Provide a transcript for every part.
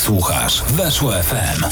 Słuchasz Weszło FM.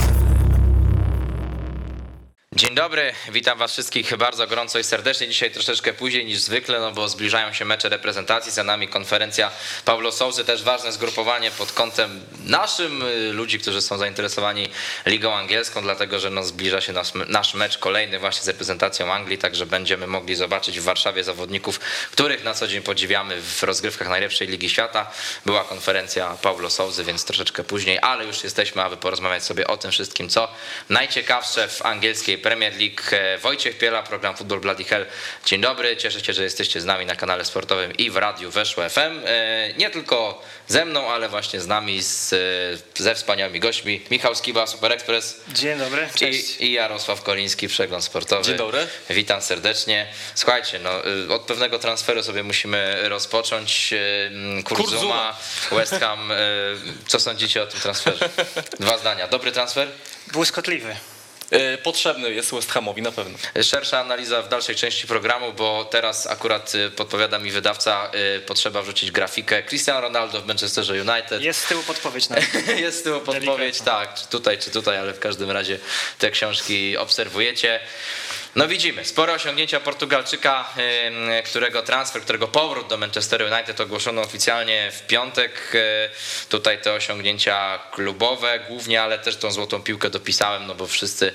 Dzień dobry, witam was wszystkich bardzo gorąco i serdecznie. Dzisiaj troszeczkę później niż zwykle, no bo zbliżają się mecze reprezentacji, za nami konferencja Paulo Sousy, też ważne zgrupowanie pod kątem naszym, ludzi, którzy są zainteresowani ligą angielską, dlatego że no zbliża się nasz mecz kolejny właśnie z reprezentacją Anglii, także będziemy mogli zobaczyć w Warszawie zawodników, których na co dzień podziwiamy w rozgrywkach najlepszej ligi świata. Była konferencja Paulo Sousy, więc troszeczkę później, ale już jesteśmy, aby porozmawiać sobie o tym wszystkim, co najciekawsze w angielskiej Premier League. Wojciech Piela, program Football Bloody Hell. Dzień dobry, cieszę się, że jesteście z nami na kanale sportowym i w radiu Weszło FM. Nie tylko ze mną, ale właśnie z nami, ze wspaniałymi gośćmi. Michał Skiba, Super Express. Dzień dobry, cześć. I Jarosław Koliński, Przegląd Sportowy. Dzień dobry. Witam serdecznie. Słuchajcie, no, od pewnego transferu sobie musimy rozpocząć. Kurzuma, West Ham. Co sądzicie o tym transferze? 2 zdania. Dobry transfer? Błyskotliwy. Potrzebny jest West Hamowi na pewno. Szersza analiza w dalszej części programu, bo teraz akurat podpowiada mi wydawca, potrzeba wrzucić grafikę Cristiano Ronaldo w Manchesterze United. Jest z tyłu podpowiedź. Jest z tyłu podpowiedź, tak, czy tutaj, ale w każdym razie te książki obserwujecie. No widzimy, spore osiągnięcia Portugalczyka, którego powrót do Manchester United ogłoszono oficjalnie w piątek. Tutaj te osiągnięcia klubowe głównie, ale też tą złotą piłkę dopisałem, no bo wszyscy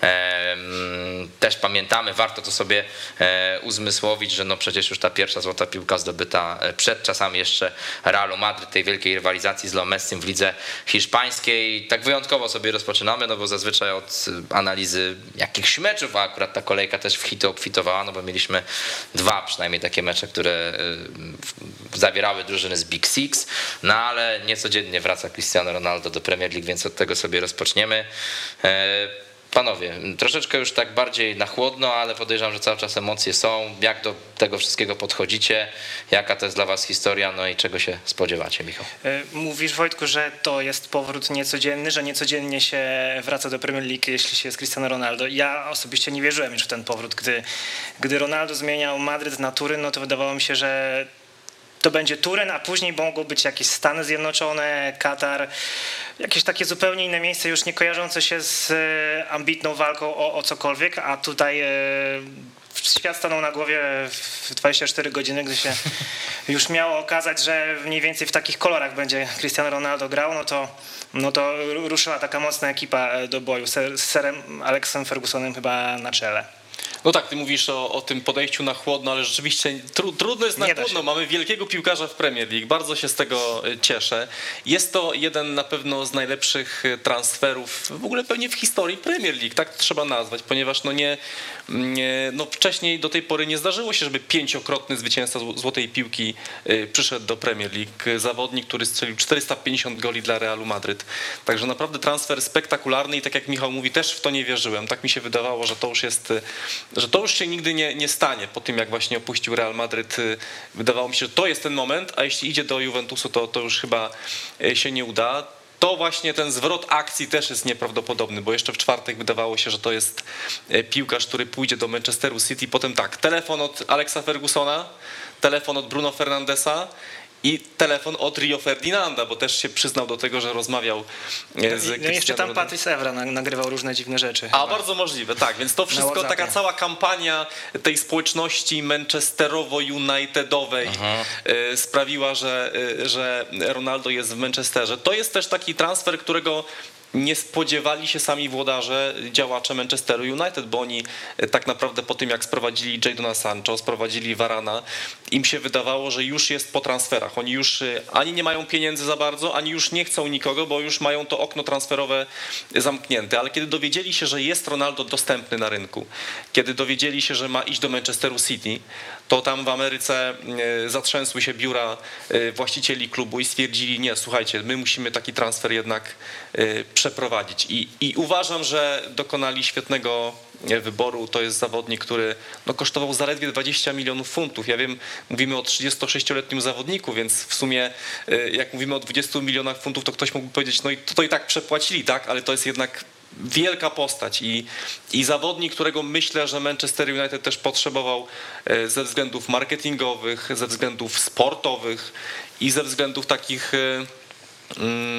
też pamiętamy, warto to sobie uzmysłowić, że no przecież już ta pierwsza złota piłka zdobyta przed czasami jeszcze Realu Madryt, tej wielkiej rywalizacji z Leo Messim w lidze hiszpańskiej. Tak wyjątkowo sobie rozpoczynamy, no bo zazwyczaj od analizy jakichś meczów, a akurat ta kolejka też w hity obfitowała, no bo mieliśmy 2 przynajmniej takie mecze, które zawierały drużyny z Big Six, no ale niecodziennie wraca Cristiano Ronaldo do Premier League, więc od tego sobie rozpoczniemy. Panowie, troszeczkę już tak bardziej na chłodno, ale podejrzewam, że cały czas emocje są. Jak do tego wszystkiego podchodzicie? Jaka to jest dla was historia? No i czego się spodziewacie, Michał? Mówisz, Wojtku, że to jest powrót niecodzienny, że niecodziennie się wraca do Premier League, jeśli się jest Cristiano Ronaldo. Ja osobiście nie wierzyłem już w ten powrót. Gdy Ronaldo zmieniał Madryt na Turyn, no to wydawało mi się, że to będzie Turyn, a później mogą być jakieś Stany Zjednoczone, Katar, jakieś takie zupełnie inne miejsce, już nie kojarzące się z ambitną walką o cokolwiek, a tutaj świat stanął na głowie w 24 godziny, gdy się już miało okazać, że mniej więcej w takich kolorach będzie Cristiano Ronaldo grał, no to ruszyła taka mocna ekipa do boju z serem Alexem Fergusonem chyba na czele. No tak, ty mówisz o tym podejściu na chłodno, ale rzeczywiście trudno jest na chłodno. Mamy wielkiego piłkarza w Premier League, bardzo się z tego cieszę. Jest to jeden na pewno z najlepszych transferów w ogóle pewnie w historii Premier League, tak to trzeba nazwać, ponieważ no wcześniej do tej pory nie zdarzyło się, żeby 5-krotny zwycięzca złotej piłki przyszedł do Premier League. Zawodnik, który strzelił 450 goli dla Realu Madryt. Także naprawdę transfer spektakularny i tak jak Michał mówi, też w to nie wierzyłem. Tak mi się wydawało, że to już się nigdy nie stanie po tym, jak właśnie opuścił Real Madryt. Wydawało mi się, że to jest ten moment, a jeśli idzie do Juventusu, to już chyba się nie uda. To właśnie ten zwrot akcji też jest nieprawdopodobny, bo jeszcze w czwartek wydawało się, że to jest piłkarz, który pójdzie do Manchesteru City. Potem tak, telefon od Alexa Fergusona, telefon od Bruno Fernandesa i telefon od Rio Ferdinanda, bo też się przyznał do tego, że rozmawiał z Cristiano. No jeszcze tam Patrice Evra nagrywał różne dziwne rzeczy. A bardzo możliwe, tak. Więc to wszystko, taka cała kampania tej społeczności manchesterowo-unitedowej sprawiła, że Ronaldo jest w Manchesterze. To jest też taki transfer, którego nie spodziewali się sami włodarze, działacze Manchesteru United, bo oni tak naprawdę po tym, jak sprowadzili Jadona Sancho, sprowadzili Varana, im się wydawało, że już jest po transferach. Oni już ani nie mają pieniędzy za bardzo, ani już nie chcą nikogo, bo już mają to okno transferowe zamknięte. Ale kiedy dowiedzieli się, że jest Ronaldo dostępny na rynku, kiedy dowiedzieli się, że ma iść do Manchesteru City, to tam w Ameryce zatrzęsły się biura właścicieli klubu i stwierdzili, nie, słuchajcie, my musimy taki transfer jednak przeprowadzić. I uważam, że dokonali świetnego wyboru. To jest zawodnik, który kosztował zaledwie 20 milionów funtów. Ja wiem, mówimy o 36-letnim zawodniku, więc w sumie jak mówimy o 20 milionach funtów, to ktoś mógłby powiedzieć, no i to i tak przepłacili, tak? Ale to jest jednak wielka postać i zawodnik, którego myślę, że Manchester United też potrzebował ze względów marketingowych, ze względów sportowych i ze względów takich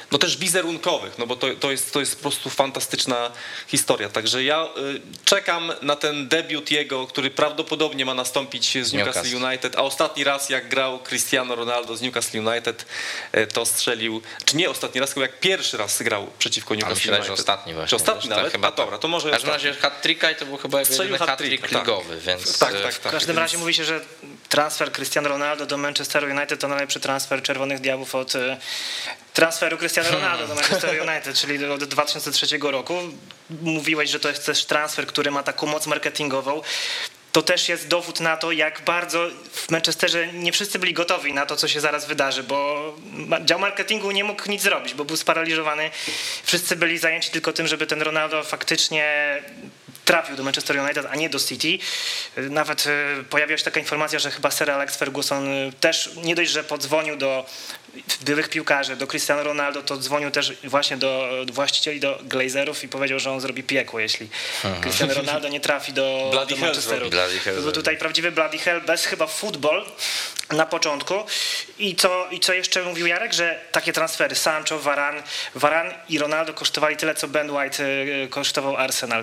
no też wizerunkowych, no bo to jest po prostu fantastyczna historia. Także ja czekam na ten debiut jego, który prawdopodobnie ma nastąpić z Newcastle United, a ostatni raz jak grał Cristiano Ronaldo z Newcastle United, to strzelił, czy nie ostatni raz, tylko jak pierwszy raz grał przeciwko Newcastle United. Myślę, że ostatni właśnie. Czy ostatni nawet? Chyba dobra, to może w każdym razie hat-tricka i to był chyba jedyny hat-trick ligowy, więc... Tak. W każdym razie mówi się, że transfer Cristiano Ronaldo do Manchesteru United to najlepszy transfer Czerwonych Diabłów od transferu Cristiano Ronaldo do Manchesteru United, czyli od 2003 roku. Mówiłeś, że to jest też transfer, który ma taką moc marketingową. To też jest dowód na to, jak bardzo w Manchesterze nie wszyscy byli gotowi na to, co się zaraz wydarzy, bo dział marketingu nie mógł nic zrobić, bo był sparaliżowany. Wszyscy byli zajęci tylko tym, żeby ten Ronaldo faktycznie trafił do Manchester United, a nie do City. Nawet pojawiła się taka informacja, że chyba Sir Alex Ferguson też nie dość, że podzwonił do byłych piłkarzy, do Cristiano Ronaldo, to dzwonił też właśnie do właścicieli, do Glazerów i powiedział, że on zrobi piekło, jeśli Cristiano Ronaldo nie trafi do Manchesteru. To był tutaj prawdziwy bloody hell, bez chyba football na początku. I co jeszcze mówił Jarek, że takie transfery Sancho, Varane i Ronaldo kosztowali tyle, co Ben White kosztował Arsenal.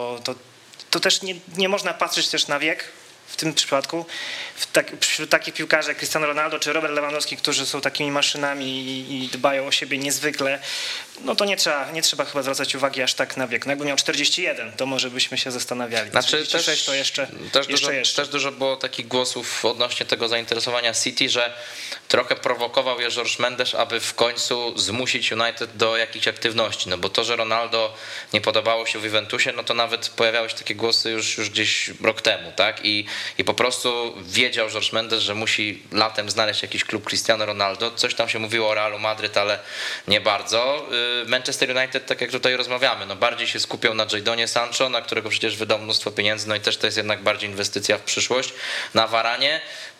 To też nie można patrzeć też na wiek. W tym przypadku wśród takich piłkarzy jak Cristiano Ronaldo czy Robert Lewandowski, którzy są takimi maszynami i dbają o siebie niezwykle, no to nie trzeba chyba zwracać uwagi aż tak na wiek. No jakby miał 41, to może byśmy się zastanawiali. Znaczy 46 to jeszcze dużo było takich głosów odnośnie tego zainteresowania City, że trochę prowokował je George Mendes, aby w końcu zmusić United do jakichś aktywności, no bo to, że Ronaldo nie podobało się w Juventusie, no to nawet pojawiały się takie głosy już gdzieś rok temu, tak? I po prostu wiedział George Mendes, że musi latem znaleźć jakiś klub Cristiano Ronaldo. Coś tam się mówiło o Realu Madryt, ale nie bardzo. Manchester United, tak jak tutaj rozmawiamy, no bardziej się skupiał na Jadonnie Sancho, na którego przecież wydał mnóstwo pieniędzy, no i też to jest jednak bardziej inwestycja w przyszłość. Na Varanie,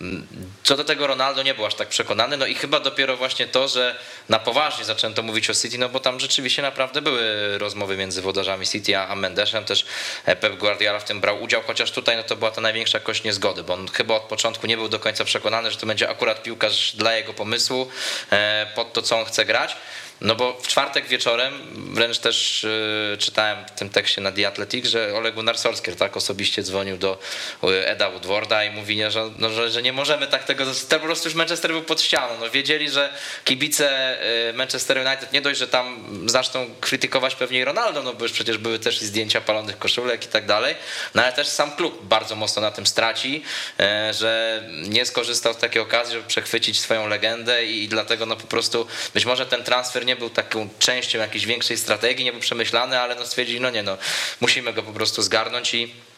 co do tego Ronaldo nie był aż tak przekonany, no i chyba dopiero właśnie to, że na poważnie zaczęto mówić o City, no bo tam rzeczywiście naprawdę były rozmowy między włodarzami City a Mendesem, też Pep Guardiola w tym brał udział, chociaż tutaj no to była ta największa kość niezgody, bo on chyba od początku nie był do końca przekonany, że to będzie akurat piłkarz dla jego pomysłu, pod to, co on chce grać. No bo w czwartek wieczorem, wręcz też czytałem w tym tekście na The Athletic, że Ole Gunnar Solskjaer tak osobiście dzwonił do Eda Woodwarda i mówi, że nie możemy tak tego, to po prostu już Manchester był pod ścianą. No wiedzieli, że kibice Manchester United nie dość, że tam zaczną krytykować pewnie Ronaldo, no bo już przecież były też i zdjęcia palonych koszulek i tak dalej, no ale też sam klub bardzo mocno na tym straci, że nie skorzystał z takiej okazji, żeby przechwycić swoją legendę i dlatego no po prostu być może ten transfer nie był taką częścią jakiejś większej strategii, nie był przemyślany, ale no stwierdzili, musimy go po prostu zgarnąć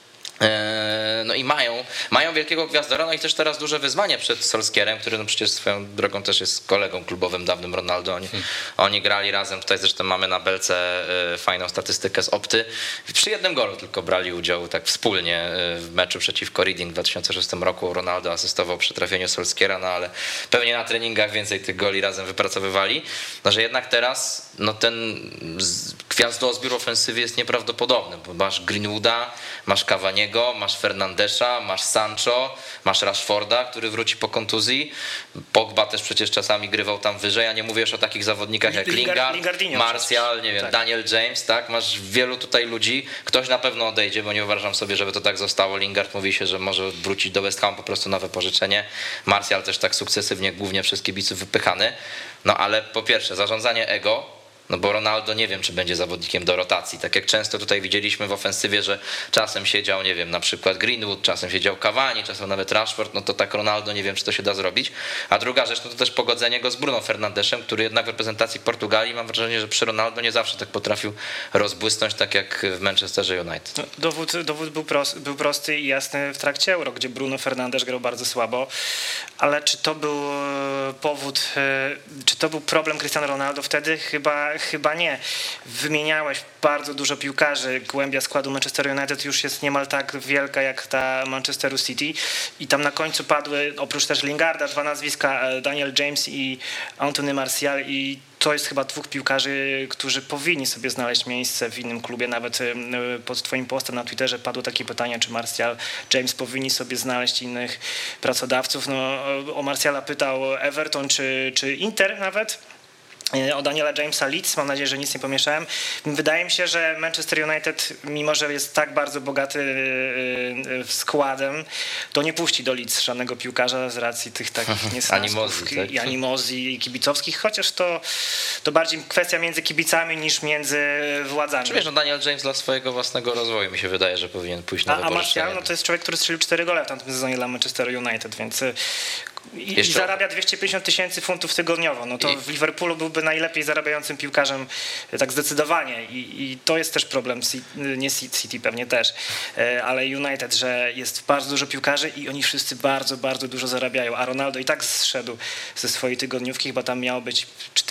i mają wielkiego gwiazdora, no i też teraz duże wyzwanie przed Solskjaerem, który no przecież swoją drogą też jest kolegą klubowym dawnym Ronaldo. Oni grali razem, tutaj zresztą mamy na belce fajną statystykę z Opty. Przy jednym golu tylko brali udział tak wspólnie w meczu przeciwko Reading w 2006 roku. Ronaldo asystował przy trafieniu Solskjaera, no ale pewnie na treningach więcej tych goli razem wypracowywali. No, że jednak teraz no ten gwiazdozbiór ofensywy jest nieprawdopodobny, bo masz Greenwooda, masz Cavaniego, masz Fernandesza, masz Sancho, masz Rashforda, który wróci po kontuzji. Pogba też przecież czasami grywał tam wyżej, a nie mówię już o takich zawodnikach jak Lingard, Martial, nie wiem, tak. Daniel James, tak? Masz wielu tutaj ludzi. Ktoś na pewno odejdzie, bo nie uważam sobie, żeby to tak zostało. Lingard mówi się, że może wrócić do West Ham po prostu na wypożyczenie. Martial też tak sukcesywnie, głównie przez kibiców wypychany. No ale po pierwsze, zarządzanie ego. No bo Ronaldo nie wiem, czy będzie zawodnikiem do rotacji. Tak jak często tutaj widzieliśmy w ofensywie, że czasem siedział, nie wiem, na przykład Greenwood, czasem siedział Cavani, czasem nawet Rashford, no to tak Ronaldo nie wiem, czy to się da zrobić. A druga rzecz, no to też pogodzenie go z Bruno Fernandeszem, który jednak w reprezentacji Portugalii, mam wrażenie, że przy Ronaldo nie zawsze tak potrafił rozbłysnąć, tak jak w Manchesterze United. No, dowód był prosty i jasny w trakcie Euro, gdzie Bruno Fernandes grał bardzo słabo, ale czy to był powód, czy to był problem Cristiano Ronaldo wtedy? Chyba nie. Wymieniałeś bardzo dużo piłkarzy. Głębia składu Manchester United już jest niemal tak wielka jak ta Manchesteru City i tam na końcu padły, oprócz też Lingarda, dwa nazwiska, Daniel James i Anthony Martial, i to jest chyba dwóch piłkarzy, którzy powinni sobie znaleźć miejsce w innym klubie. Nawet pod twoim postem na Twitterze padło takie pytanie, czy Martial, James powinni sobie znaleźć innych pracodawców. No, o Martiala pytał Everton czy Inter nawet. o Daniela Jamesa Leeds, mam nadzieję, że nic nie pomieszałem. Wydaje mi się, że Manchester United, mimo że jest tak bardzo bogaty składem, to nie puści do Leeds żadnego piłkarza z racji tych takich niesnasków i animozji i kibicowskich, chociaż to bardziej kwestia między kibicami niż między władzami. Czy wiesz, Daniel James dla swojego własnego rozwoju mi się wydaje, że powinien pójść na wypożyczenie. A Martial, to jest człowiek, który strzelił 4 gole w tamtym sezonie dla Manchester United, więc i zarabia 250 000 funtów tygodniowo. No to w Liverpoolu byłby najlepiej zarabiającym piłkarzem tak zdecydowanie i to jest też problem, nie City pewnie też, ale United, że jest bardzo dużo piłkarzy i oni wszyscy bardzo, bardzo dużo zarabiają, a Ronaldo i tak zszedł ze swojej tygodniówki, chyba tam miało być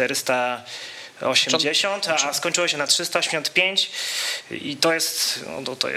480, a skończyło się na 385 i to jest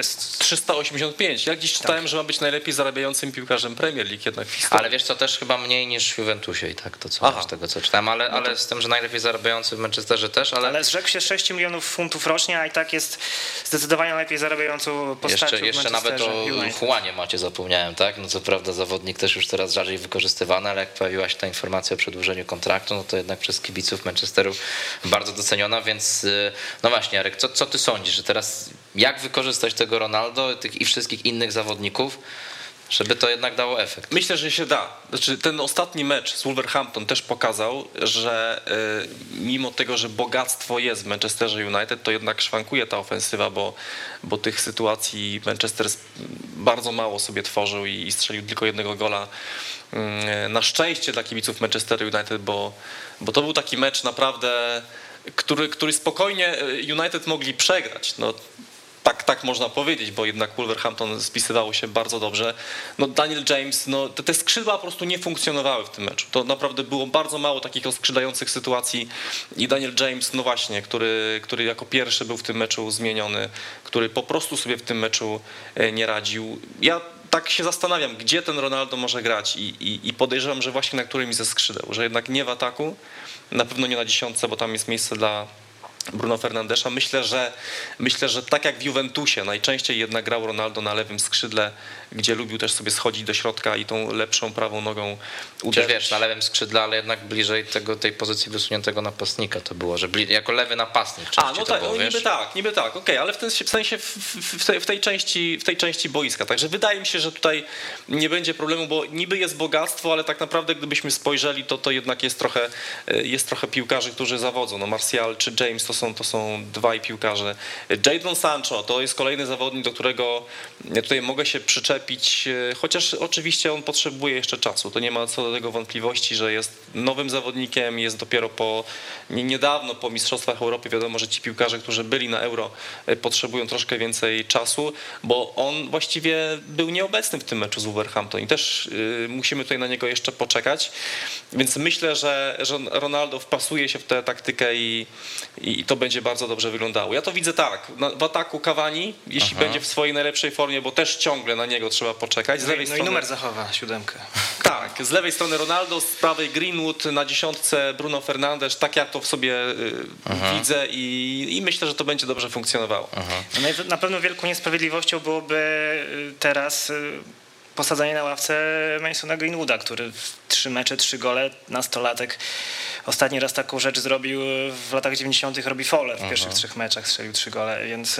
385. Ja gdzieś czytałem, że ma być najlepiej zarabiającym piłkarzem Premier League jednak w historii. Ale wiesz co, też chyba mniej niż w Juventusie i tak to co z tego co czytałem, ale z tym, że najlepiej zarabiający w Manchesterze też, ale zrzekł się 6 milionów funtów rocznie, a i tak jest zdecydowanie lepiej zarabiającą postacią jeszcze nawet o Juanie Macie zapomniałem, tak? No co prawda zawodnik też już coraz rzadziej wykorzystywany, ale jak pojawiła się ta informacja o przedłużeniu kontraktu, no to jednak przez kibiców Manchesteru bardzo doceniona, więc no właśnie, Jarek, co ty sądzisz, że teraz jak wykorzystać tego Ronaldo i wszystkich innych zawodników, żeby to jednak dało efekt? Myślę, że się da. Znaczy, ten ostatni mecz z Wolverhampton też pokazał, że mimo tego, że bogactwo jest w Manchesterze United, to jednak szwankuje ta ofensywa, bo tych sytuacji Manchester bardzo mało sobie tworzył i strzelił tylko 1 gola. Na szczęście dla kibiców Manchester United, bo to był taki mecz naprawdę, który spokojnie United mogli przegrać. No, tak można powiedzieć, bo jednak Wolverhampton spisywało się bardzo dobrze. No Daniel James, no te skrzydła po prostu nie funkcjonowały w tym meczu. To naprawdę było bardzo mało takich oskrzydlających sytuacji i Daniel James, no właśnie, który jako pierwszy był w tym meczu zmieniony, który po prostu sobie w tym meczu nie radził. Ja tak się zastanawiam, gdzie ten Ronaldo może grać i podejrzewam, że właśnie na którymś ze skrzydeł, że jednak nie w ataku, na pewno nie na 10, bo tam jest miejsce dla Bruno Fernandesza. Myślę, że tak jak w Juventusie najczęściej jednak grał Ronaldo na lewym skrzydle, gdzie lubił też sobie schodzić do środka i tą lepszą prawą nogą uderzyć. Wiesz, na lewym skrzydle, ale jednak bliżej tej pozycji wysuniętego napastnika to było, że jako lewy napastnik. No tak, niby tak, okej, ale w sensie w tej części boiska. Także wydaje mi się, że tutaj nie będzie problemu, bo niby jest bogactwo, ale tak naprawdę gdybyśmy spojrzeli, to jednak jest trochę piłkarzy, którzy zawodzą. No Martial czy James to są dwaj piłkarze. Jadon Sancho to jest kolejny zawodnik, do którego tutaj mogę się przyczepić, chociaż oczywiście on potrzebuje jeszcze czasu. To nie ma co do tego wątpliwości, że jest nowym zawodnikiem, jest dopiero niedawno po Mistrzostwach Europy. Wiadomo, że ci piłkarze, którzy byli na Euro, potrzebują troszkę więcej czasu, bo on właściwie był nieobecny w tym meczu z Wolverhampton i też musimy tutaj na niego jeszcze poczekać. Więc myślę, że Ronaldo wpasuje się w tę taktykę i to będzie bardzo dobrze wyglądało. Ja to widzę tak, w ataku Cavani, jeśli będzie w swojej najlepszej formie, bo też ciągle na niego trzeba poczekać. Z lewej strony, i numer zachowa, 7. Tak, z lewej strony Ronaldo, z prawej Greenwood, na 10 Bruno Fernandes, tak ja to w sobie widzę i myślę, że to będzie dobrze funkcjonowało. Na pewno wielką niesprawiedliwością byłoby teraz posadzenie na ławce Masona Greenwooda, który w 3 mecze, 3 gole, nastolatek. Ostatni raz taką rzecz zrobił w latach 90. Robbie Fowler w pierwszych 3 meczach, strzelił 3 gole, więc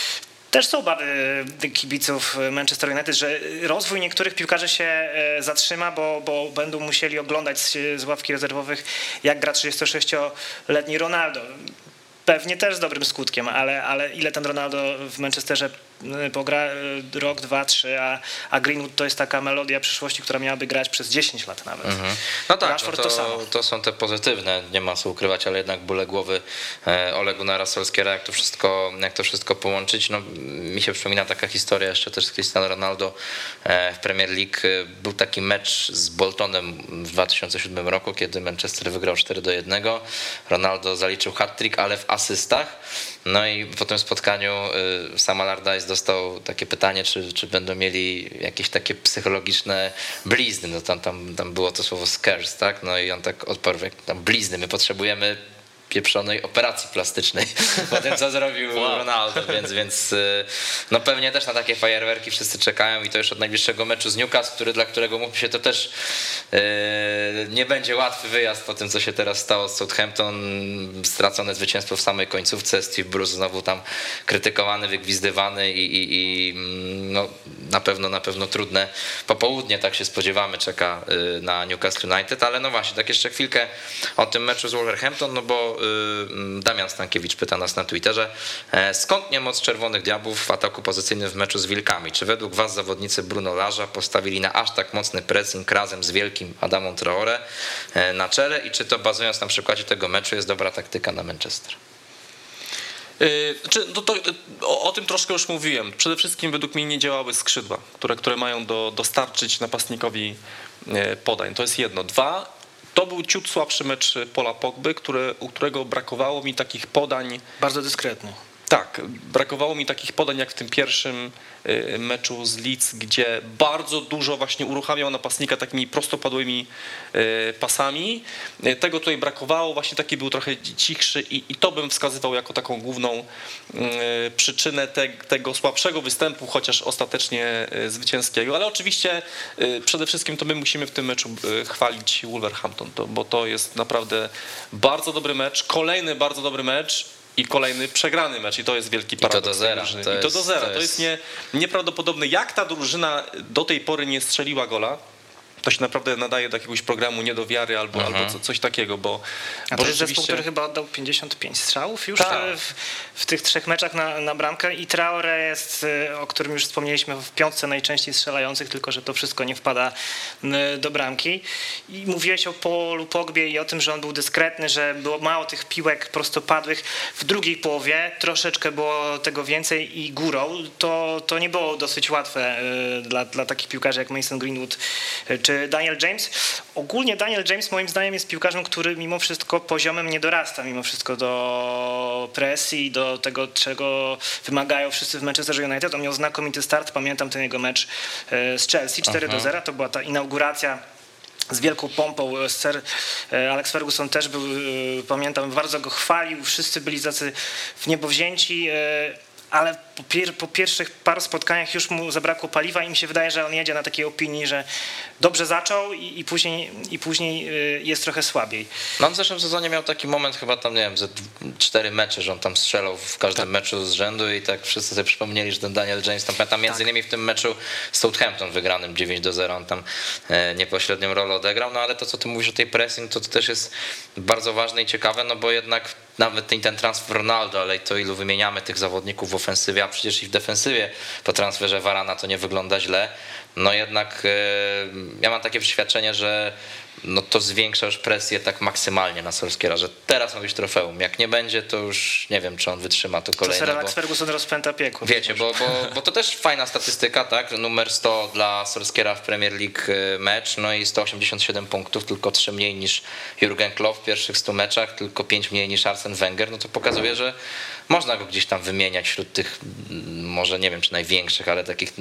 też są obawy kibiców Manchester United, że rozwój niektórych piłkarzy się zatrzyma, bo będą musieli oglądać z ławki rezerwowych, jak gra 36-letni Ronaldo. Pewnie też z dobrym skutkiem, ale ile ten Ronaldo w Manchesterze pogra? Rok, 2, 3, a Greenwood to jest taka melodia przyszłości, która miałaby grać przez 10 lat nawet. No tak, to są te pozytywne, nie ma co ukrywać, ale jednak bóle głowy Ole Gunnara Solskjaera, jak to wszystko połączyć. No, mi się przypomina taka historia jeszcze też z Cristiano Ronaldo w Premier League. Był taki mecz z Boltonem w 2007 roku, kiedy Manchester wygrał 4-1. Ronaldo zaliczył hat-trick, ale w asystach. No i po tym spotkaniu Sam Allardyce dostał takie pytanie, czy będą mieli jakieś takie psychologiczne blizny. No tam było to słowo scares, tak? No i on tak odparł, jak tam blizny, my potrzebujemy pieprzonej operacji plastycznej po tym, co zrobił Ronaldo, więc no pewnie też na takie fajerwerki wszyscy czekają i to już od najbliższego meczu z Newcastle, dla którego mówmy się, to też nie będzie łatwy wyjazd po tym, co się teraz stało z Southampton, stracone zwycięstwo w samej końcówce, Steve Bruce znowu tam krytykowany, wygwizdywany i no, na pewno trudne popołudnie, tak się spodziewamy, czeka na Newcastle United, ale no właśnie, tak jeszcze chwilkę o tym meczu z Wolverhampton, no bo Damian Stankiewicz pyta nas na Twitterze, skąd niemoc Czerwonych Diabłów w ataku pozycyjnym w meczu z Wilkami? Czy według was zawodnicy Bruno Larza postawili na aż tak mocny pressing razem z wielkim Adamą Traoré na czele i czy to bazując na przykładzie tego meczu jest dobra taktyka na Manchester? O tym troszkę już mówiłem. Przede wszystkim według mnie nie działały skrzydła, które mają dostarczyć napastnikowi podań. To jest jedno. Dwa, to był ciut słabszy mecz Paula Pogby, u którego brakowało mi takich podań. Bardzo dyskretny. Tak, brakowało mi takich podań jak w tym pierwszym meczu z Leeds, gdzie bardzo dużo właśnie uruchamiał napastnika takimi prostopadłymi pasami. Tego tutaj brakowało, właśnie taki był trochę cichszy i to bym wskazywał jako taką główną przyczynę tego słabszego występu, chociaż ostatecznie zwycięskiego. Ale oczywiście przede wszystkim to my musimy w tym meczu chwalić Wolverhampton, bo to jest naprawdę bardzo dobry mecz, kolejny bardzo dobry mecz. I kolejny przegrany mecz i to jest wielki paradoks. I to do zera. To jest nieprawdopodobne. Jak ta drużyna do tej pory nie strzeliła gola, to się naprawdę nadaje do jakiegoś programu nie do wiary albo coś takiego, bo to jest zespół, który chyba oddał 55 strzałów już w tych 3 meczach na bramkę i Traoré jest, o którym już wspomnieliśmy, w 5 najczęściej strzelających, tylko że to wszystko nie wpada do bramki. I mówiłeś o Paulu Pogbie i o tym, że on był dyskretny, że było mało tych piłek prostopadłych. W drugiej połowie troszeczkę było tego więcej i górą. To nie było dosyć łatwe dla takich piłkarzy jak Mason Greenwood czy Daniel James. Ogólnie Daniel James moim zdaniem jest piłkarzem, który mimo wszystko poziomem nie dorasta mimo wszystko do presji, do tego, czego wymagają wszyscy w Manchester United. On miał znakomity start, pamiętam ten jego mecz z Chelsea 4-0, to była ta inauguracja z wielką pompą. Sir Alex Ferguson też był, pamiętam, bardzo go chwalił, wszyscy byli tacy w niebo wzięci, ale po pierwszych paru spotkaniach już mu zabrakło paliwa i mi się wydaje, że on jedzie na takiej opinii, że dobrze zaczął i później jest trochę słabiej. No on w zeszłym sezonie miał taki moment chyba tam, nie wiem, ze 4 mecze, że on tam strzelał w każdym meczu z rzędu i tak wszyscy sobie przypomnieli, że ten Daniel James tam między innymi w tym meczu z Southampton wygranym 9-0 on tam niepośrednią rolę odegrał, no ale to co ty mówisz o tej pressing, to też jest bardzo ważne i ciekawe, no bo jednak nawet ten transfer Ronaldo, ale to ilu wymieniamy tych zawodników w ofensywie, a przecież i w defensywie po transferze Varana to nie wygląda źle. No jednak ja mam takie przeświadczenie, że no to zwiększa już presję tak maksymalnie na Solskjaera, że teraz ma być trofeum. Jak nie będzie, to już nie wiem, czy on wytrzyma to kolejne. To Sir Alex Ferguson rozpęta piekło. Wiecie, bo to też fajna statystyka, tak? Numer 100 dla Solskjaera w Premier League mecz, no i 187 punktów, tylko 3 mniej niż Jurgen Klopp w pierwszych 100 meczach, tylko 5 mniej niż Arsene Wenger, no to pokazuje, że można go gdzieś tam wymieniać wśród tych, może nie wiem czy największych, ale takich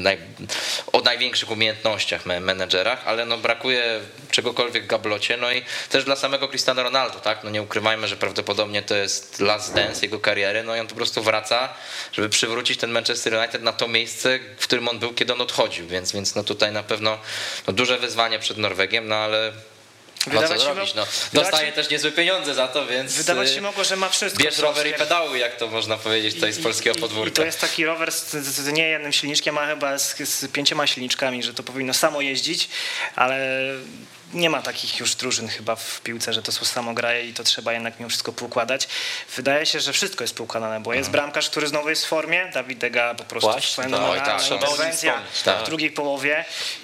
o największych umiejętnościach menedżerach, ale no brakuje czegokolwiek w gablocie, no i też dla samego Cristiano Ronaldo, tak, no nie ukrywajmy, że prawdopodobnie to jest last dance jego kariery, no i on po prostu wraca, żeby przywrócić ten Manchester United na to miejsce, w którym on był, kiedy on odchodził, więc no tutaj na pewno no duże wyzwanie przed Norwegiem, no ale no co zrobić, no. Dostaje też niezłe pieniądze za to, więc wydawać się mogło, że ma wszystko. Bierz rower i pedały, jak to można powiedzieć tutaj z polskiego podwórka. I to jest taki rower z nie jednym silniczkiem, a chyba z 5 silniczkami, że to powinno samo jeździć, ale nie ma takich już drużyn chyba w piłce, że to samo graje i to trzeba jednak mimo wszystko poukładać. Wydaje się, że wszystko jest poukładane, bo jest bramkarz, który znowu jest w formie, Dawid De Gea po prostu fenomenalna interwencja w drugiej połowie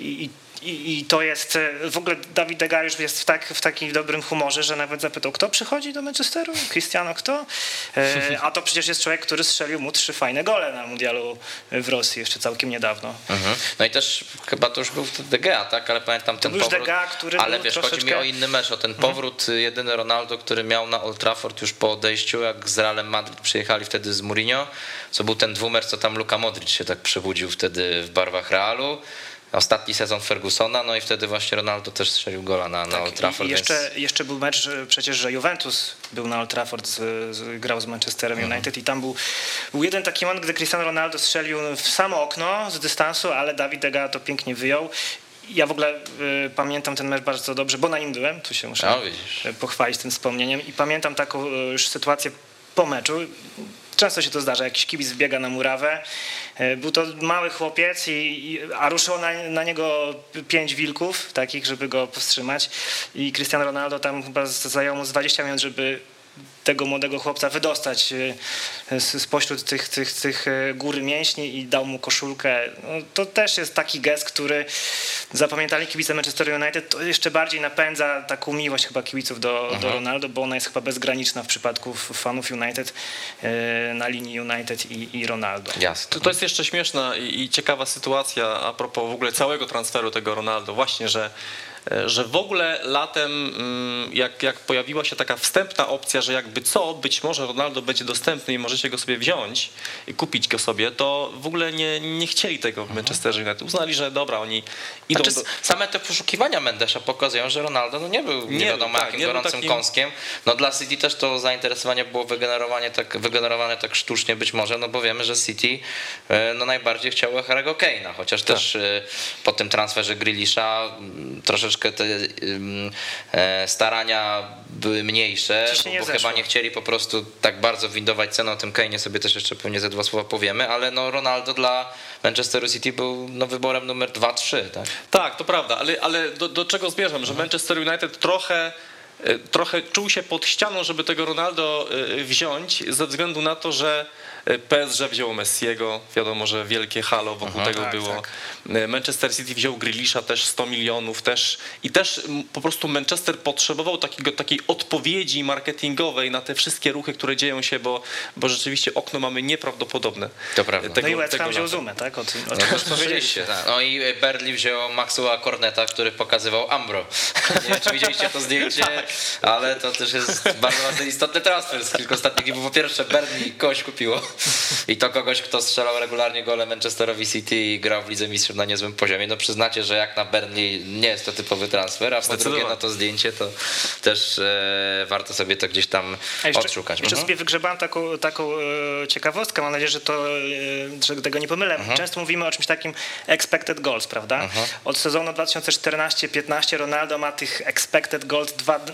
i to jest, w ogóle Dawid De Gea już jest w takim dobrym humorze, że nawet zapytał, kto przychodzi do Manchesteru? Cristiano kto? A to przecież jest człowiek, który strzelił mu 3 fajne gole na mundialu w Rosji jeszcze całkiem niedawno. No i też chyba to już był De Gea, tak? Ale pamiętam ten powrót. De Gea, który ale wiesz, chodzi mi o inny mecz, o ten powrót jedyny Ronaldo, który miał na Old Trafford już po odejściu, jak z Realem Madryt przyjechali wtedy z Mourinho, co był ten dwumecz, co tam Luka Modric się tak przebudził wtedy w barwach Realu. ostatni sezon Fergusona, no i wtedy właśnie Ronaldo też strzelił gola na Old Trafford. I jeszcze był mecz przecież, że Juventus był na Old Trafford, grał z Manchesterem United i tam był jeden taki moment, gdy Cristiano Ronaldo strzelił w samo okno z dystansu, ale David de Gea to pięknie wyjął. Ja w ogóle pamiętam ten mecz bardzo dobrze, bo na nim byłem, tu się muszę pochwalić tym wspomnieniem i pamiętam taką już sytuację po meczu. Często się to zdarza, jakiś kibic biega na murawę, był to mały chłopiec, a ruszyło na niego 5 wilków takich, żeby go powstrzymać i Cristiano Ronaldo tam chyba zajęło mu z 20 minut, żeby tego młodego chłopca wydostać spośród tych góry mięśni i dał mu koszulkę. No, to też jest taki gest, który zapamiętali kibice Manchester United. To jeszcze bardziej napędza taką miłość chyba kibiców do Ronaldo, bo ona jest chyba bezgraniczna w przypadku fanów United na linii United i Ronaldo. Jasne. To jest jeszcze śmieszna i ciekawa sytuacja a propos w ogóle całego transferu tego Ronaldo. Właśnie, że w ogóle latem, jak pojawiła się taka wstępna opcja, że jakby być może Ronaldo będzie dostępny i możecie go sobie wziąć i kupić go sobie, to w ogóle nie chcieli tego w Manchesterze United. Uznali, że dobra, oni idą Same te poszukiwania Mendesza pokazują, że Ronaldo nie był nie wiadomo jakim gorącym kąskiem. No dla City też to zainteresowanie było wygenerowane tak sztucznie być może, no bo wiemy, że City no najbardziej chciało Harry'ego Kane'a, chociaż też po tym transferze Grealisha troszeczkę te starania były mniejsze, bo chyba nie chcieli po prostu tak bardzo windować cenę. O tym Kane'ie sobie też jeszcze pewnie ze 2 słowa powiemy, ale no Ronaldo dla Manchesteru City był wyborem numer 2-3. Tak, to prawda, ale do czego zmierzam, że Manchester United trochę czuł się pod ścianą, żeby tego Ronaldo wziąć ze względu na to, że PSG wzięło Messiego, wiadomo, że wielkie halo wokół tego było. Tak. Manchester City wziął Grealisha, też 100 milionów i też po prostu Manchester potrzebował takiej odpowiedzi marketingowej na te wszystkie ruchy, które dzieją się, bo rzeczywiście okno mamy nieprawdopodobne. To prawda. No i West Ham wziął Zumę, tak? O tym powiedzieliście. Tak. No i Burnley wziął Maxwella Corneta, który pokazywał Ambro. Nie wiem, czy widzieliście to zdjęcie, ale to też jest bardzo istotny transfer z kilku ostatnich. Bo po pierwsze Burnley kogoś kupiło. I to kogoś, kto strzelał regularnie gole Manchesterowi City i grał w Lidze Mistrzów na niezłym poziomie. No przyznacie, że jak na Burnley nie jest to typowy transfer, a po drugie na to zdjęcie to też warto sobie to gdzieś tam odszukać. Jeszcze sobie wygrzebałem taką ciekawostkę, mam nadzieję, że tego nie pomylę. Często mówimy o czymś takim expected goals, prawda? Od sezonu 2014-15 Ronaldo ma tych expected goals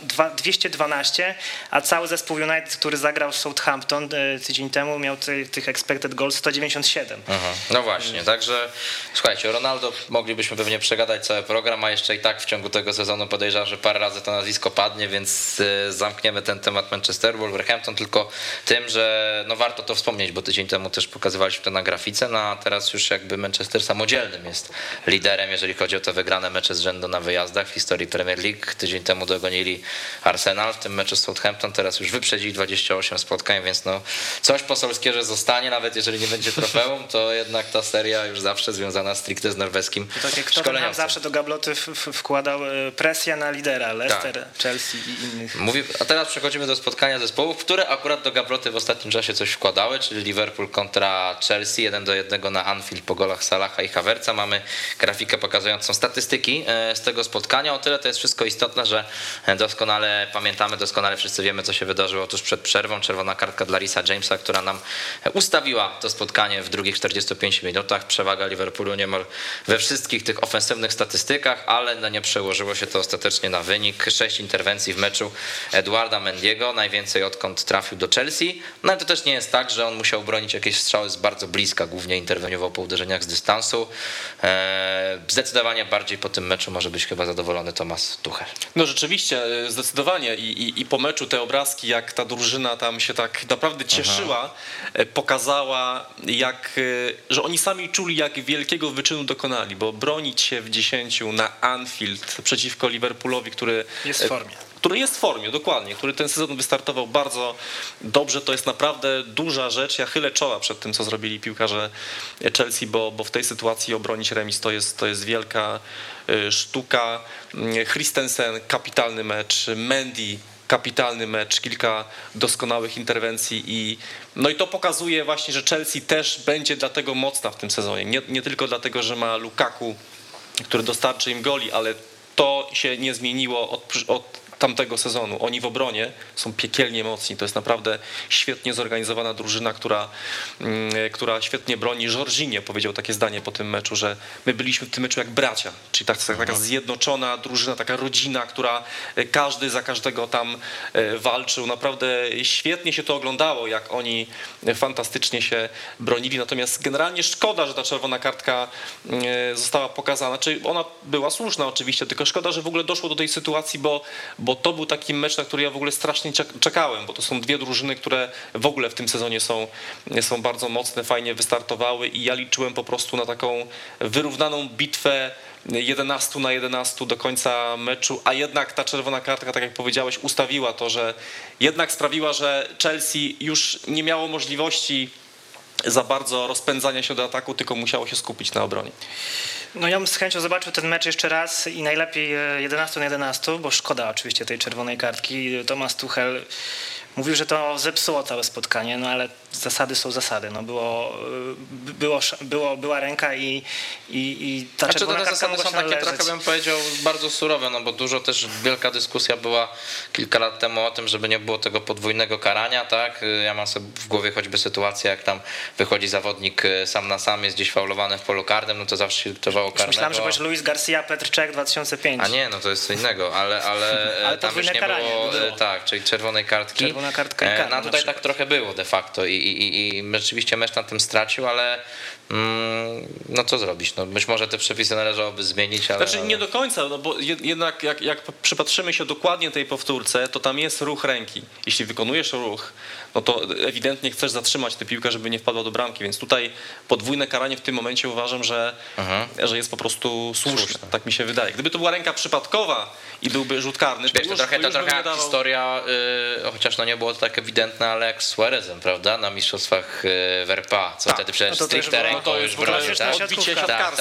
212, a cały zespół United, który zagrał w Southampton tydzień temu, miał tych expected goals 197. No właśnie, także słuchajcie, o Ronaldo moglibyśmy pewnie przegadać cały program, a jeszcze i tak w ciągu tego sezonu podejrzewam, że parę razy to nazwisko padnie, więc zamkniemy ten temat Manchesteru, Wolverhampton tylko tym, że no warto to wspomnieć, bo tydzień temu też pokazywaliśmy to na grafice, no a teraz już jakby Manchester samodzielnym jest liderem, jeżeli chodzi o te wygrane mecze z rzędu na wyjazdach w historii Premier League. Tydzień temu dogonili Arsenal w tym meczu z Southampton, teraz już wyprzedzili 28 spotkań, więc no coś posolskiego, że zostanie, nawet jeżeli nie będzie trofeum, to jednak ta seria już zawsze związana stricte z norweskim szkoleniowcem. Zawsze do gabloty wkładał presję na lidera, Leicester, Chelsea i innych. A teraz przechodzimy do spotkania zespołów, które akurat do gabloty w ostatnim czasie coś wkładały, czyli Liverpool kontra Chelsea, 1-1 na Anfield po golach Salaha i Havertza. Mamy grafikę pokazującą statystyki z tego spotkania. O tyle to jest wszystko istotne, że doskonale pamiętamy, doskonale wszyscy wiemy, co się wydarzyło tuż przed przerwą. Czerwona kartka dla Reesa Jamesa, która nam ustawiła to spotkanie w drugich 45 minutach. Przewaga Liverpoolu niemal we wszystkich tych ofensywnych statystykach, ale nie przełożyło się to ostatecznie na wynik. 6 interwencji w meczu Eduarda Mendiego, najwięcej odkąd trafił do Chelsea. No ale to też nie jest tak, że on musiał bronić jakieś strzały z bardzo bliska, głównie interweniował po uderzeniach z dystansu. Zdecydowanie bardziej po tym meczu może być chyba zadowolony Thomas Tuchel. No rzeczywiście, zdecydowanie i po meczu te obrazki, jak ta drużyna tam się tak naprawdę cieszyła, pokazała, że oni sami czuli, jak wielkiego wyczynu dokonali, bo bronić się w 10 na Anfield przeciwko Liverpoolowi, który jest w formie, dokładnie, który ten sezon wystartował bardzo dobrze, to jest naprawdę duża rzecz. Ja chylę czoła przed tym, co zrobili piłkarze Chelsea, bo w tej sytuacji obronić remis to jest wielka sztuka. Christensen, kapitalny mecz, Mendy, kapitalny mecz, kilka doskonałych interwencji i to pokazuje właśnie, że Chelsea też będzie dlatego mocna w tym sezonie. Nie tylko dlatego, że ma Lukaku który dostarczy im goli, ale to się nie zmieniło od tamtego sezonu. Oni w obronie są piekielnie mocni. To jest naprawdę świetnie zorganizowana drużyna, która świetnie broni. Jorginho powiedział takie zdanie po tym meczu, że my byliśmy w tym meczu jak bracia, czyli taka zjednoczona drużyna, taka rodzina, która każdy za każdego tam walczył. Naprawdę świetnie się to oglądało, jak oni fantastycznie się bronili. Natomiast generalnie szkoda, że ta czerwona kartka została pokazana. Czyli ona była słuszna oczywiście, tylko szkoda, że w ogóle doszło do tej sytuacji, bo to był taki mecz, na który ja w ogóle strasznie czekałem, bo to są dwie drużyny, które w ogóle w tym sezonie są bardzo mocne, fajnie wystartowały i ja liczyłem po prostu na taką wyrównaną bitwę 11-11 do końca meczu, a jednak ta czerwona kartka, tak jak powiedziałeś, ustawiła to, że jednak sprawiła, że Chelsea już nie miało możliwości za bardzo rozpędzania się do ataku, tylko musiało się skupić na obronie. No ja bym z chęcią zobaczył ten mecz jeszcze raz i najlepiej 11-11, bo szkoda oczywiście tej czerwonej kartki. Thomas Tuchel mówił, że to zepsuło całe spotkanie, no ale zasady są zasady. No była ręka i ta czerwona kartka mogła się należeć. Trochę bym powiedział bardzo surowe, no bo dużo też wielka dyskusja była kilka lat temu o tym, żeby nie było tego podwójnego karania, tak? Ja mam sobie w głowie choćby sytuację, jak tam wychodzi zawodnik sam na sam, jest gdzieś faulowany w polu karnym, no to zawsze się dyktowało karnego. Myślałem, że powiesz Luis Garcia, Petr Cech 2005. A nie, no to jest co innego, ale tam już nie było, tak, czyli czerwonej kartki. Czerwona kartka i karna. No tutaj tak trochę było de facto i rzeczywiście mecz na tym stracił, ale no co zrobić? No być może te przepisy należałoby zmienić, ale... Znaczy nie do końca, no bo jednak jak przypatrzymy się dokładnie tej powtórce, to tam jest ruch ręki. Jeśli wykonujesz ruch, no to ewidentnie chcesz zatrzymać tę piłkę, żeby nie wpadła do bramki, więc tutaj podwójne karanie w tym momencie uważam, że jest po prostu słuszne. Tak mi się wydaje. Gdyby to była ręka przypadkowa i byłby rzut karny, to trochę jak historia, chociaż no nie było to tak ewidentne, ale jak z Suarezem, prawda, na mistrzostwach w RPA, co wtedy przecież stricte ręką już broni, tak? Odbicie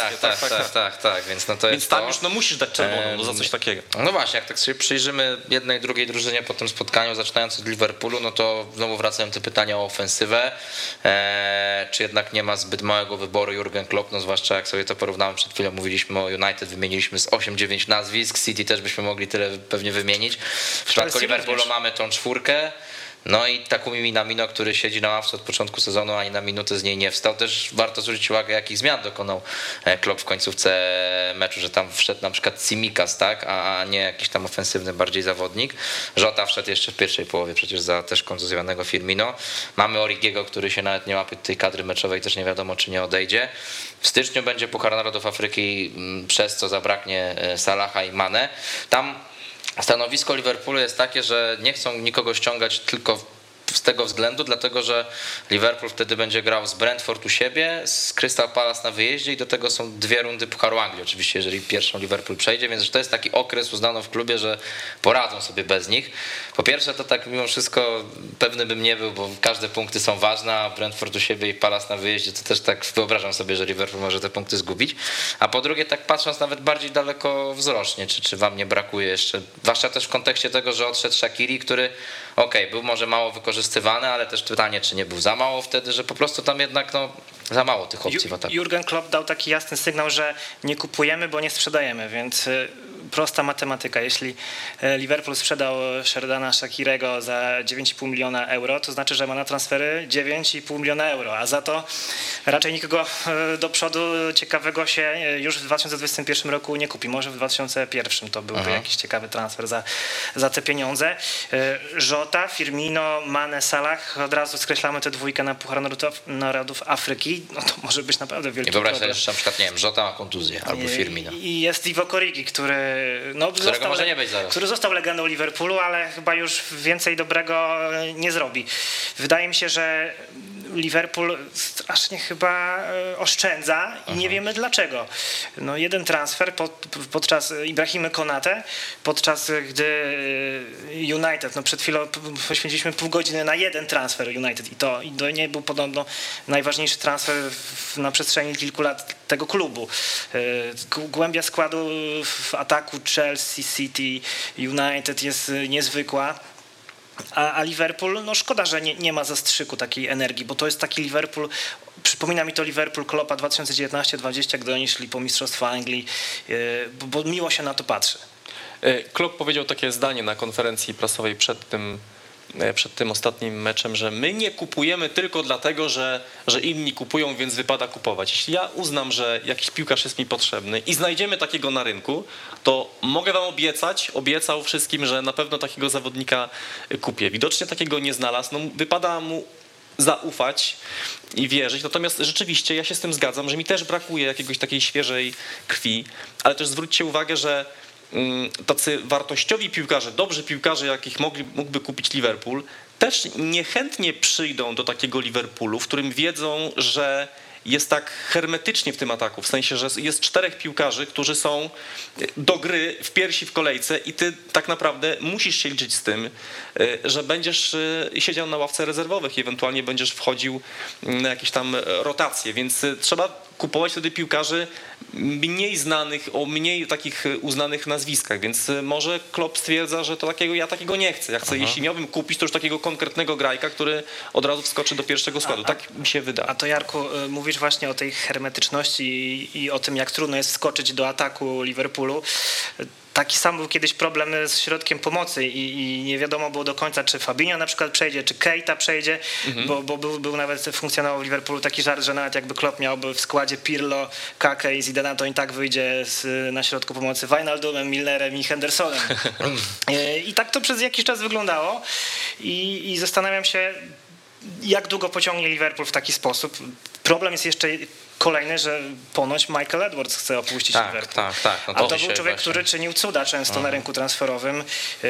Tak, więc no to jest. Więc tam już no musisz dać czerwoną za coś takiego. No właśnie, jak tak sobie przyjrzymy jednej, drugiej drużynie po tym spotkaniu, zaczynając od Liverpoolu, no to znowu wracają te pytania o ofensywę. Czy jednak nie ma zbyt małego wyboru Jurgen Klopp, no zwłaszcza jak sobie to porównałem, przed chwilą mówiliśmy o United, wymieniliśmy z 8-9 nazwisk, City też byśmy mogli tyle pewnie wymienić. W przypadku Liverpoolu mamy tą czwórkę. No i Takumi Minamino, który siedzi na ławce od początku sezonu, ani na minutę z niej nie wstał. Też warto zwrócić uwagę, jakich zmian dokonał Klopp w końcówce meczu, że tam wszedł na przykład Tsimikas, tak, a nie jakiś tam ofensywny bardziej zawodnik. Jota wszedł jeszcze w pierwszej połowie przecież za też kontuzjowanego Firmino. Mamy Origiego, który się nawet nie łapie tej kadry meczowej, też nie wiadomo, czy nie odejdzie. W styczniu będzie Puchar Narodów Afryki, przez co zabraknie Salaha i Mane. Tam stanowisko Liverpoolu jest takie, że nie chcą nikogo ściągać tylko z tego względu, dlatego że Liverpool wtedy będzie grał z Brentford u siebie, z Crystal Palace na wyjeździe i do tego są 2 rundy Pucharu Anglii, oczywiście jeżeli pierwszą Liverpool przejdzie, więc to jest taki okres uznano w klubie, że poradzą sobie bez nich. Po pierwsze to tak mimo wszystko pewny bym nie był, bo każde punkty są ważne, a Brentford u siebie i Palace na wyjeździe to też tak wyobrażam sobie, że Liverpool może te punkty zgubić, a po drugie tak patrząc nawet bardziej dalekowzrocznie, czy wam nie brakuje jeszcze, zwłaszcza też w kontekście tego, że odszedł Shaqiri, który był może mało wykorzystywany, ale też pytanie, czy nie był za mało wtedy, że po prostu tam jednak za mało tych opcji w ataku. Jurgen Klopp dał taki jasny sygnał, że nie kupujemy, bo nie sprzedajemy, więc prosta matematyka. Jeśli Liverpool sprzedał Sherdana Shaqirego za 9,5 miliona euro, to znaczy, że ma na transfery 9,5 miliona euro, a za to raczej nikogo do przodu ciekawego się już w 2021 roku nie kupi. Może w 2001 to byłby jakiś ciekawy transfer za te pieniądze. Jota, Firmino, Mane, Salah, od razu skreślamy tę dwójkę na Puchar Narodów Afryki, no to może być naprawdę wielki problem. I wyobraź sobie, że na przykład, nie wiem, Jota ma kontuzję albo Firmino. I jest Divock Origi, którego może nie być zaraz. Który został legendą Liverpoolu, ale chyba już więcej dobrego nie zrobi. Wydaje mi się, że Liverpool strasznie chyba oszczędza i nie wiemy dlaczego. No jeden transfer podczas Ibrahimy Konate, podczas gdy United, przed chwilą poświęciliśmy pół godziny na jeden transfer United i to nie był podobno najważniejszy transfer na przestrzeni kilku lat tego klubu. Głębia składu w ataku Chelsea, City, United jest niezwykła. A Liverpool, szkoda, że nie ma zastrzyku takiej energii, bo to jest taki Liverpool Przypomina mi to Liverpool Kloppa 2019-20, gdy oni szli po Mistrzostwa Anglii, bo miło się na to patrzy. Klopp powiedział takie zdanie na konferencji prasowej przed tym ostatnim meczem, że my nie kupujemy tylko dlatego, że inni kupują, więc wypada kupować. Jeśli ja uznam, że jakiś piłkarz jest mi potrzebny i znajdziemy takiego na rynku, to mogę wam obiecał wszystkim, że na pewno takiego zawodnika kupię. Widocznie takiego nie znalazł, no wypada mu zaufać i wierzyć. Natomiast rzeczywiście ja się z tym zgadzam, że mi też brakuje jakiegoś takiej świeżej krwi, ale też zwróćcie uwagę, że tacy wartościowi piłkarze, dobrzy piłkarze, jakich mógłby kupić Liverpool, też niechętnie przyjdą do takiego Liverpoolu, w którym wiedzą, że jest tak hermetycznie w tym ataku, w sensie, że jest 4 piłkarzy, którzy są do gry w piersi w kolejce i ty tak naprawdę musisz się liczyć z tym, że będziesz siedział na ławce rezerwowych i ewentualnie będziesz wchodził na jakieś tam rotacje, więc trzeba kupować wtedy piłkarzy mniej znanych, o mniej takich uznanych nazwiskach, więc może Klopp stwierdza, że ja takiego nie chcę. Ja chcę, jeśli miałbym kupić, to już takiego konkretnego grajka, który od razu wskoczy do pierwszego składu. Tak mi się wydaje. A to Jarku, mówisz właśnie o tej hermetyczności i o tym, jak trudno jest wskoczyć do ataku Liverpoolu. Taki sam był kiedyś problem z środkiem pomocy i nie wiadomo było do końca, czy Fabinho na przykład przejdzie, czy Keita przejdzie, bo był nawet, funkcjonował w Liverpoolu taki żart, że nawet jakby Klopp miałby w składzie Pirlo, Kakę i Zidana, to i tak wyjdzie na środku pomocy Wijnaldumem, Milnerem i Hendersonem. I tak to przez jakiś czas wyglądało i zastanawiam się, jak długo pociągnie Liverpool w taki sposób. Problem jest jeszcze kolejny, że ponoć Michael Edwards chce opuścić Liverpool. Tak. No a to był człowiek, który czynił cuda często na rynku transferowym.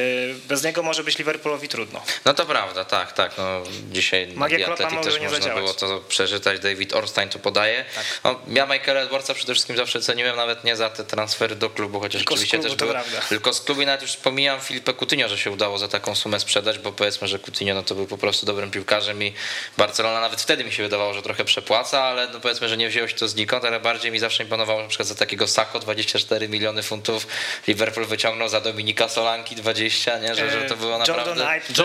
Bez niego może być Liverpoolowi trudno. No to prawda, tak. No, dzisiaj Magia na The Athletic też można było to przeczytać. David Ornstein to podaje. Tak. No, ja Michaela Edwardsa przede wszystkim zawsze ceniłem, nawet nie za te transfery do klubu, chociaż tylko oczywiście też były. Tylko z klubu, nawet już pomijam Filipe Coutinho, że się udało za taką sumę sprzedać, bo powiedzmy, że Coutinho no to był po prostu dobrym piłkarzem i Barcelona nawet wtedy mi się wydawało, że trochę przepłaca, ale no powiedzmy, że nie wzięło się to znikąd, ale bardziej mi zawsze imponowało na przykład za takiego Sako 24 miliony funtów Liverpool wyciągnął, za Dominika Solanki 20, nie? Że to było naprawdę...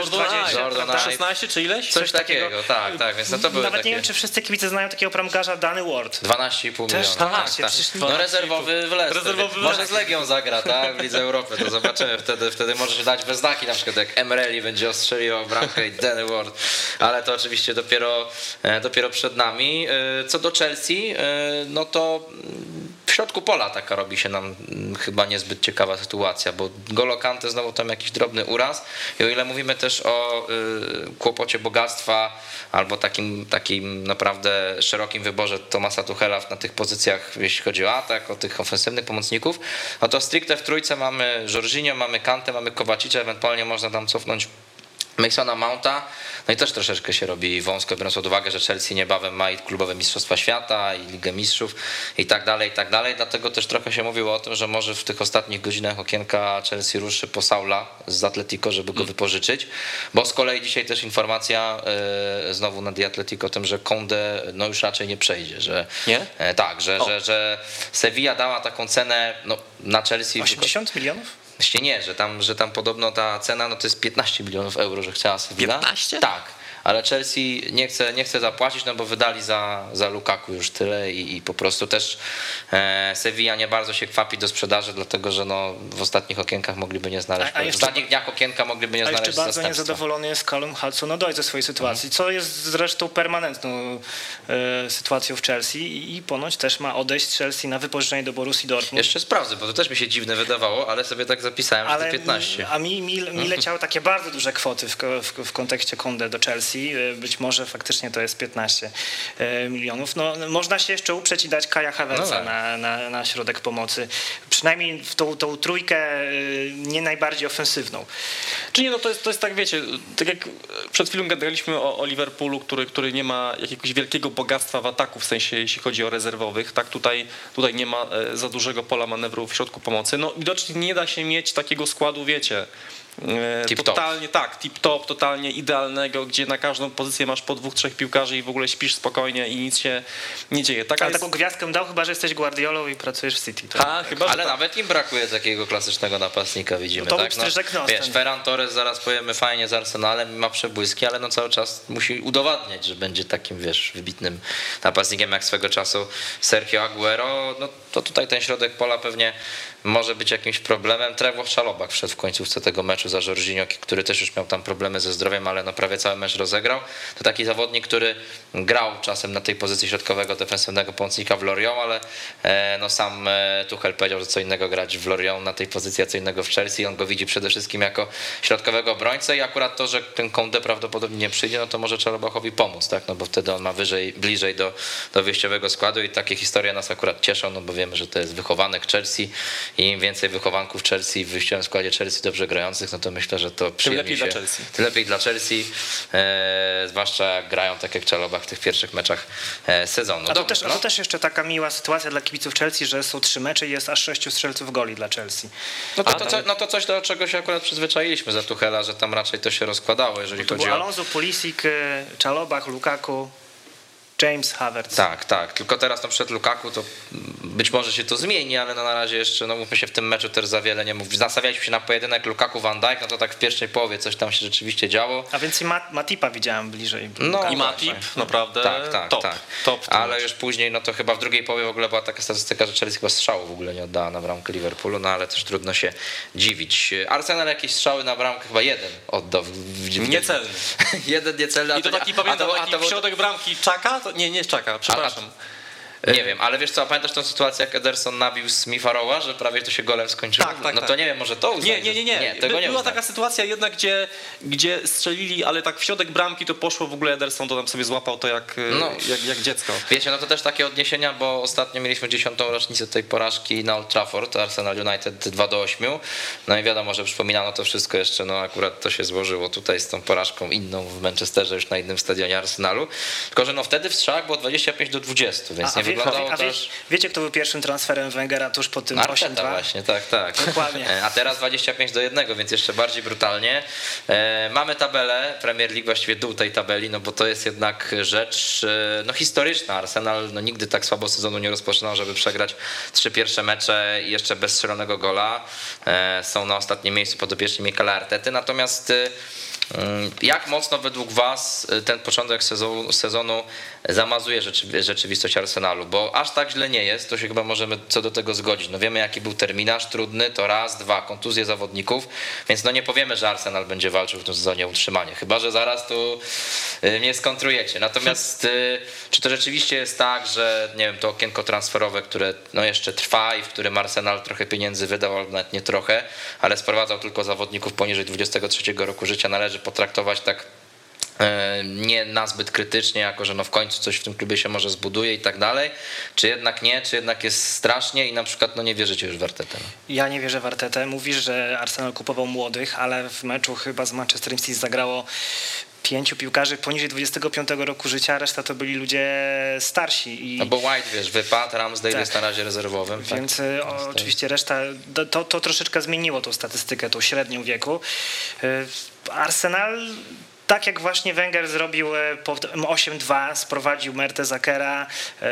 Jordan Ibe 16 czy ileś? Coś takiego, tak, więc no to były nawet takie... nie wiem, czy wszyscy kibice znają takiego bramkarza Danny Ward. 12,5 miliona. Tak. No rezerwowy w Leicester. Może z Legią zagra, tak? W Lidze Europy, to zobaczymy. Wtedy możesz dać we znaki, na przykład jak Emreli będzie ostrzeliwał bramkę i Danny Ward. Ale to oczywiście dopiero przed nami. Co do Chelsea, no to w środku pola taka robi się nam chyba niezbyt ciekawa sytuacja, bo N'Golo Kante znowu tam jakiś drobny uraz i o ile mówimy też o kłopocie bogactwa albo takim naprawdę szerokim wyborze Thomasa Tuchela na tych pozycjach, jeśli chodzi o atak, o tych ofensywnych pomocników, no to stricte w trójce mamy Jorginho, mamy Kante, mamy Kovacic'a, ewentualnie można tam cofnąć Masona Mounta, no i też troszeczkę się robi wąsko, biorąc pod uwagę, że Chelsea niebawem ma i klubowe Mistrzostwa Świata i Ligę Mistrzów i tak dalej, dlatego też trochę się mówiło o tym, że może w tych ostatnich godzinach okienka Chelsea ruszy po Saula z Atletico, żeby go wypożyczyć, bo z kolei dzisiaj też informacja znowu na The Athletic o tym, że Koundé no już raczej nie przejdzie, że nie? Tak, że Sevilla dała taką cenę no, na Chelsea 80 milionów? Właśnie nie, że tam podobno ta cena no to jest 15 milionów euro, że chciała Sevilla. 15? Tak, ale Chelsea nie chce zapłacić, no bo wydali za Lukaku już tyle i po prostu też Sevilla nie bardzo się kwapi do sprzedaży, dlatego że no w ostatnich okienkach mogliby nie znaleźć, w ostatnich dniach okienka mogliby nie znaleźć zastępstwa. A jeszcze bardzo niezadowolony jest Callum Hudson-Odoi ze swojej sytuacji, co jest zresztą permanentną sytuacją w Chelsea i ponoć też ma odejść z Chelsea na wypożyczenie do Borussii Dortmund. Jeszcze sprawdzę, bo to też mi się dziwne wydawało, ale sobie tak zapisałem, że to 15. A mi leciały takie bardzo duże kwoty w kontekście Koundé do Chelsea. Być może faktycznie to jest 15 milionów. No, można się jeszcze uprzeć i dać Kaja Havertza na środek pomocy. Przynajmniej w tą trójkę nie najbardziej ofensywną. Czy nie, no to jest tak, wiecie, tak jak przed chwilą gadaliśmy o Liverpoolu, który nie ma jakiegoś wielkiego bogactwa w ataku, w sensie jeśli chodzi o rezerwowych, tak tutaj nie ma za dużego pola manewru w środku pomocy. No widocznie nie da się mieć takiego składu, wiecie, totalnie tak, tip-top, totalnie idealnego, gdzie na każdą pozycję masz po 2-3 piłkarzy i w ogóle śpisz spokojnie i nic się nie dzieje. Ale taką gwiazdkę dał, chyba że jesteś Guardiolą i pracujesz w City. Chyba, ale tak. nawet im brakuje takiego klasycznego napastnika, widzimy. To tak? Wiesz, Ferran Torres, zaraz powiemy fajnie z Arsenalem, ma przebłyski, ale cały czas musi udowadniać, że będzie takim, wybitnym napastnikiem jak swego czasu Sergio Aguero. No to tutaj ten środek pola pewnie może być jakimś problemem. Trevoh Chalobah wszedł w końcówce tego meczu za Jorginho, który też już miał tam problemy ze zdrowiem, ale prawie cały mecz rozegrał. To taki zawodnik, który grał czasem na tej pozycji środkowego defensywnego pomocnika w Lorient, ale sam Tuchel powiedział, że co innego grać w Lorient na tej pozycji, a co innego w Chelsea. On go widzi przede wszystkim jako środkowego obrońcę i akurat to, że ten Koundé prawdopodobnie nie przyjdzie, no to może Chalobahowi pomóc, tak? No bo wtedy on ma bliżej do wyjściowego składu i takie historie nas akurat cieszą, no bo wiemy, że to jest wychowanek Chelsea i im więcej wychowanków Chelsea w wyjściowym składzie Chelsea dobrze grających, no to myślę, że to przyjemnie się. Tym lepiej dla Chelsea, zwłaszcza jak grają tak jak Chalobah w tych pierwszych meczach sezonu. A to też jeszcze taka miła sytuacja dla kibiców Chelsea, że są 3 mecze i jest aż 6 strzelców goli dla Chelsea. To coś, do czego się akurat przyzwyczailiśmy za Tuchela, że tam raczej to się rozkładało, jeżeli chodzi o... Alonso, Pulisic, Chalobah, Lukaku, James, Havertz. Tak. Tylko teraz przed Lukaku to być może się to zmieni, ale na razie jeszcze, mówmy się, w tym meczu też za wiele nie mów. Nastawialiśmy się na pojedynek Lukaku-Van Dijk, no to tak w pierwszej połowie coś tam się rzeczywiście działo. A więc i Matipa widziałem bliżej. I Matip, naprawdę top. Ale już później, to chyba w drugiej połowie w ogóle była taka statystyka, że Chelsea chyba strzału w ogóle nie oddała na bramkę Liverpoolu, ale też trudno się dziwić. Arsenal jakieś strzały na bramkę, chyba jeden oddał. Niecelny. Jeden niecelny. I to taki, pamiętam, taki środek bramki Czaka? Nie Czaka, przepraszam. Nie wiem, ale wiesz co, pamiętasz tą sytuację, jak Ederson nabił Smith Rowe'a, że prawie to się golem skończyło? Tak. To nie wiem, może to uznać. Nie. Była taka sytuacja jednak, gdzie strzelili, ale tak w środek bramki to poszło w ogóle, Ederson to tam sobie złapał to jak dziecko. Wiecie, to też takie odniesienia, bo ostatnio mieliśmy 10. rocznicę tej porażki na Old Trafford, Arsenal United 2-8. No i wiadomo, że przypominano to wszystko jeszcze, akurat to się złożyło tutaj z tą porażką inną w Manchesterze, już na innym stadionie Arsenalu. Tylko, że wtedy w strzałach było 25-20, więc nie wyglądało też... Wiecie, kto był pierwszym transferem Wengera tuż po tym 8-2? Właśnie, tak. Dokładnie. A teraz 25-1, więc jeszcze bardziej brutalnie. Mamy tabelę, Premier League, właściwie dół tej tabeli, bo to jest jednak rzecz historyczna. Arsenal nigdy tak słabo sezonu nie rozpoczynał, żeby przegrać 3 pierwsze mecze i jeszcze bez strzelonego gola. Są na ostatnim miejscu podopieczni Mikela Artety, natomiast jak mocno według was ten początek sezonu zamazuje rzeczywistość Arsenalu? Bo aż tak źle nie jest, to się chyba możemy co do tego zgodzić. Wiemy, jaki był terminarz trudny, to raz, 2, kontuzje zawodników, więc nie powiemy, że Arsenal będzie walczył w tym sezonie o utrzymanie, chyba że zaraz tu mnie skontrujecie. Natomiast czy to rzeczywiście jest tak, że nie wiem, to okienko transferowe, które jeszcze trwa i w którym Arsenal trochę pieniędzy wydał, albo nawet nie trochę, ale sprowadzał tylko zawodników poniżej 23 roku życia, należy potraktować tak nie nazbyt krytycznie, jako że w końcu coś w tym klubie się może zbuduje i tak dalej, czy jednak nie, czy jednak jest strasznie i na przykład nie wierzycie już w Artetę? Ja nie wierzę w Artetę. Mówisz, że Arsenal kupował młodych, ale w meczu chyba z Manchester City zagrało 5 piłkarzy poniżej 25 roku życia, reszta to byli ludzie starsi. Bo White, wypadł, Ramsdale jest na razie rezerwowym. Więc oczywiście reszta, to troszeczkę zmieniło tą statystykę, tą średnią wieku. Arsenal, tak jak właśnie Wenger zrobił po 8-2, sprowadził Mertesakera,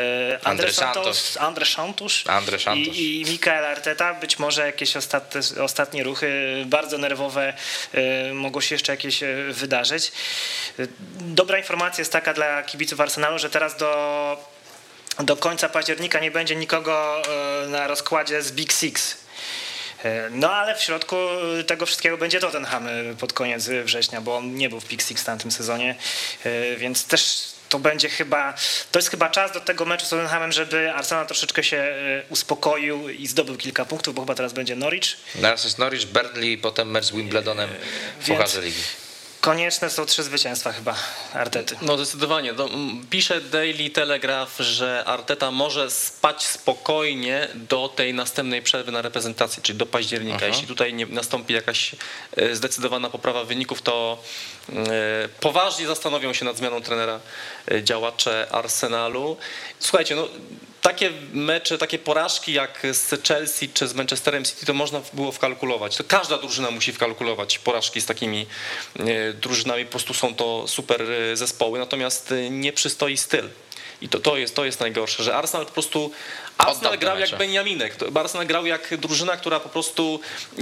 Andre Santos i Mikel Arteta. Być może jakieś ostatnie ruchy, bardzo nerwowe, mogą się jeszcze jakieś wydarzyć. Dobra informacja jest taka dla kibiców Arsenalu, że teraz do końca października nie będzie nikogo na rozkładzie z Big Six. Ale w środku tego wszystkiego będzie Tottenham pod koniec września, bo on nie był w Big Six w tamtym sezonie, więc też to jest chyba czas do tego meczu z Tottenhamem, żeby Arsenal troszeczkę się uspokoił i zdobył kilka punktów, bo chyba teraz będzie Norwich. Teraz jest Norwich, Burnley i potem mecz z Wimbledonem w Pucharze Ligi. Konieczne są 3 zwycięstwa chyba Artety. Zdecydowanie. Pisze Daily Telegraph, że Arteta może spać spokojnie do tej następnej przerwy na reprezentację, czyli do października. Jeśli tutaj nie nastąpi jakaś zdecydowana poprawa wyników, to poważnie zastanowią się nad zmianą trenera działacze Arsenalu. Słuchajcie, no takie mecze, takie porażki jak z Chelsea czy z Manchesterem City to można było wkalkulować. To każda drużyna musi wkalkulować porażki z takimi drużynami, po prostu są to super zespoły, natomiast nie przystoi styl. I to jest najgorsze, że Arsenal po prostu grał jak Beniaminek. Arsenal grał jak drużyna, która po prostu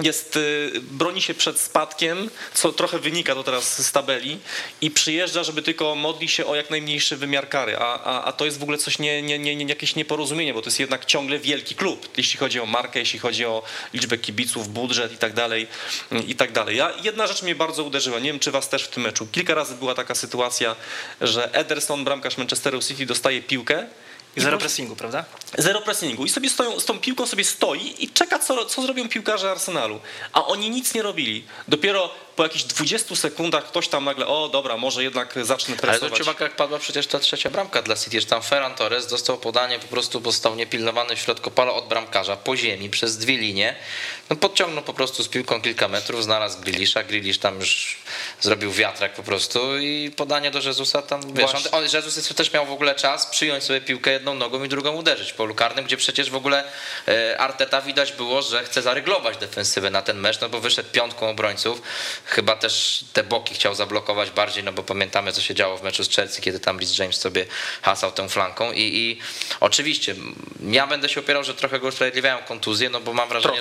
broni się przed spadkiem, co trochę wynika to teraz z tabeli i przyjeżdża, żeby tylko modli się o jak najmniejszy wymiar kary, a to jest w ogóle coś jakieś nieporozumienie, bo to jest jednak ciągle wielki klub, jeśli chodzi o markę, jeśli chodzi o liczbę kibiców, budżet i tak dalej, i tak dalej. Jedna rzecz mnie bardzo uderzyła, nie wiem czy was też w tym meczu, kilka razy była taka sytuacja, że Ederson, bramkarz Manchesteru City, dostaje piłkę. Zero pressingu, prawda? Zero pressingu. I sobie z tą piłką sobie stoi i czeka, co zrobią piłkarze Arsenalu. A oni nic nie robili. Dopiero po jakichś 20 sekundach ktoś tam nagle, o dobra, może jednak zacznę presować. Ale to ciekawe, jak padła przecież ta trzecia bramka dla City, że tam Ferran Torres dostał podanie, po prostu został niepilnowany w środku pola od bramkarza po ziemi przez dwie linie. No podciągnął po prostu z piłką kilka metrów, znalazł Grealisha, Grealish tam już zrobił wiatrak po prostu i podanie do Jezusa tam, wiesz, Jezus też miał w ogóle czas przyjąć sobie piłkę jedną nogą i drugą uderzyć w polu karnym, gdzie przecież w ogóle Arteta widać było, że chce zaryglować defensywę na ten mecz, no bo wyszedł piątką obrońców. Chyba też te boki chciał zablokować bardziej, no bo pamiętamy, co się działo w meczu z Chelsea, kiedy tam Reece James sobie hasał tą flanką i oczywiście ja będę się opierał, że trochę go usprawiedliwiają kontuzję, no bo mam wrażenie,